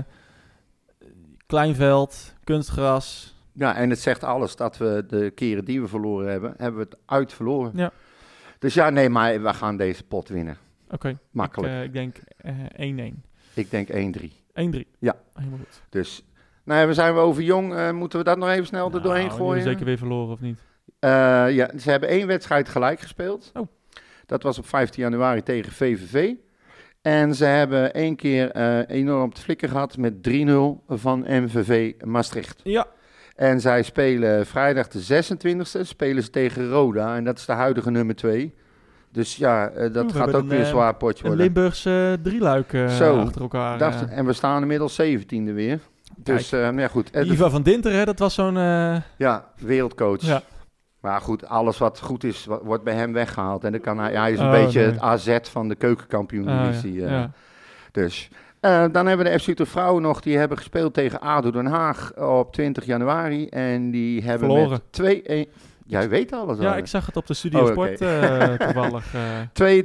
klein veld, kunstgras. Ja, en het zegt alles dat we de keren die we verloren hebben, hebben we het uit verloren. Ja. Dus ja, nee, maar we gaan deze pot winnen. Oké. Okay. Makkelijk. Ik, uh, ik denk uh, één één. Ik denk één drie. één drie. Ja. Helemaal goed. Dus, nou ja, we zijn we over jong. Uh, moeten we dat nog even snel nou, er doorheen gooien? Zeker weer verloren, of niet? Uh, ja, ze hebben één wedstrijd gelijk gespeeld. Oh. Dat was op vijftien januari tegen V V V. En ze hebben één keer uh, enorm op de flikker gehad met drie nul van M V V Maastricht. Ja. En zij spelen vrijdag de zesentwintigste, spelen ze tegen Roda. En dat is de huidige nummer twee. Dus ja, uh, dat Oeh, gaat ook een, weer een zwaar potje een worden. Een Limburgse uh, drieluik uh, Zo, achter elkaar. Dat, uh. en we staan inmiddels zeventiende weer. Kijk. Dus uh, ja, goed. Iva van Dinter, hè, dat was zo'n... Uh... Ja, wereldcoach. Ja. Maar goed, alles wat goed is, wordt bij hem weggehaald. En dan kan hij, hij is een oh, beetje nee. het A Z van de keukenkampioen-divisie. Oh, ja. Uh. Ja. Dus... Uh, dan hebben we de F C Utrecht vrouwen nog, die hebben gespeeld tegen A D O Den Haag op twintig januari. En die hebben verloren. met twee een... Jij weet alles al. Ja, ik zag het op de Studio oh, Sport okay. uh, toevallig. Uh, twee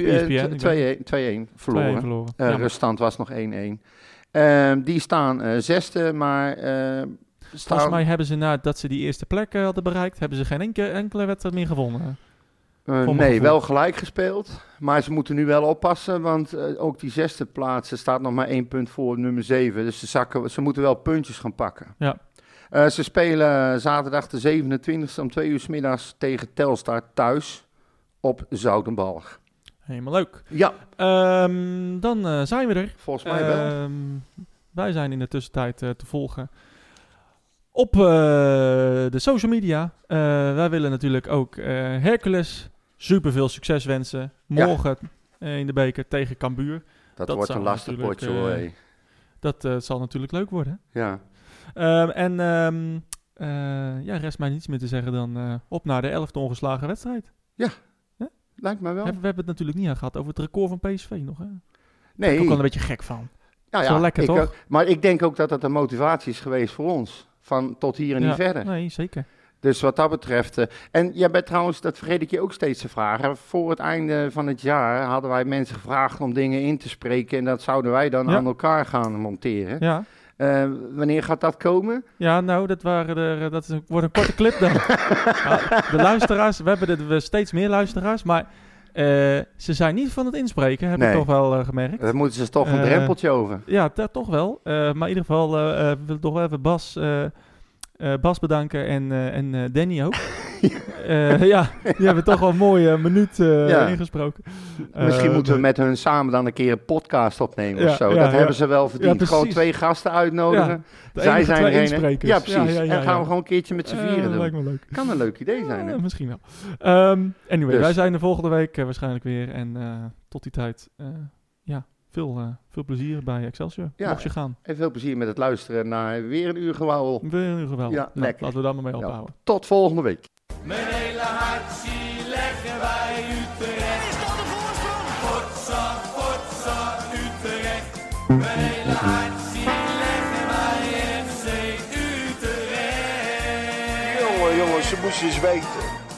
één verloren. verloren. Uh, ruststand was nog één één. Uh, die staan uh, zesde, maar... Uh, Volgens staan... mij hebben ze nadat ze die eerste plek uh, hadden bereikt, hebben ze geen enkele, enkele wedstrijd meer gewonnen. Uh, nee, wel gelijk gespeeld. Maar ze moeten nu wel oppassen, want uh, ook die zesde plaats, er staat nog maar één punt voor nummer zeven. Dus ze, zakken, ze moeten wel puntjes gaan pakken. Ja. Uh, ze spelen zaterdag de zevenentwintigste om twee uur 's middags tegen Telstar thuis op Zoudenbalg. Helemaal leuk. Ja. Um, dan uh, zijn we er. Volgens mij wel. Um, wij zijn in de tussentijd uh, te volgen op uh, de social media. Uh, wij willen natuurlijk ook uh, Hercules super veel succes wensen. Morgen ja. uh, in de beker tegen Cambuur. Dat, dat wordt een lastig potje hoor. Uh, dat uh, zal natuurlijk leuk worden. Ja. Um, en um, uh, ja, rest mij niets meer te zeggen dan uh, op naar de elfde ongeslagen wedstrijd. Ja, huh? Lijkt mij wel. We, we hebben het natuurlijk niet aan gehad over het record van P S V nog. Hè? Nee. Daar ben ik ook wel een beetje gek van. Nou ja, ja, lekker ik, toch? Maar ik denk ook dat dat een motivatie is geweest voor ons. Van tot hier en ja, niet verder. Nee, zeker. Dus wat dat betreft... Uh, en jij bent trouwens, dat vergeet ik je ook steeds te vragen. Voor het einde van het jaar hadden wij mensen gevraagd om dingen in te spreken. En dat zouden wij dan ja. aan elkaar gaan monteren. Ja. Uh, wanneer gaat dat komen? Ja, nou, dat, waren er, dat is een, wordt een korte clip dan. Ja, de luisteraars, we hebben dit, we steeds meer luisteraars, maar uh, ze zijn niet van het inspreken, heb nee. ik toch wel uh, gemerkt. Dan moeten ze toch een uh, drempeltje over. Ja, t- toch wel. Uh, maar in ieder geval uh, uh, we willen toch wel even Bas, uh, uh, Bas bedanken en, uh, en uh, Danny ook. uh, ja, die hebben toch wel een mooie minuut uh, ja. ingesproken. Misschien uh, moeten we met hun samen dan een keer een podcast opnemen ja, of zo. Ja, dat ja. hebben ze wel verdiend. Ja, gewoon twee gasten uitnodigen. Ja, Zij zijn twee degene. Ja, precies. Ja, ja, ja, ja, en gaan ja. we gewoon een keertje met z'n vieren uh, doen. Lijkt me leuk. Kan een leuk idee zijn. Hè? Uh, misschien wel. Um, anyway, dus. Wij zijn de volgende week uh, waarschijnlijk weer. En uh, tot die tijd, uh, ja, veel, uh, veel plezier bij Excelsior. Ja, mocht je gaan. En veel plezier met het luisteren naar weer een uur gewauwel. Weer een uur gewauwel. Ja, nou, lekker. Laten we daar maar mee ophouden. Ja, tot volgende week. Mijn hele hart zie leggen wij Utrecht. Is dat de voorsprong? Potsa, potsa, Utrecht. Mijn hele hart zie leggen wij F C Utrecht. Jongen, jongens, ze moesten eens weten.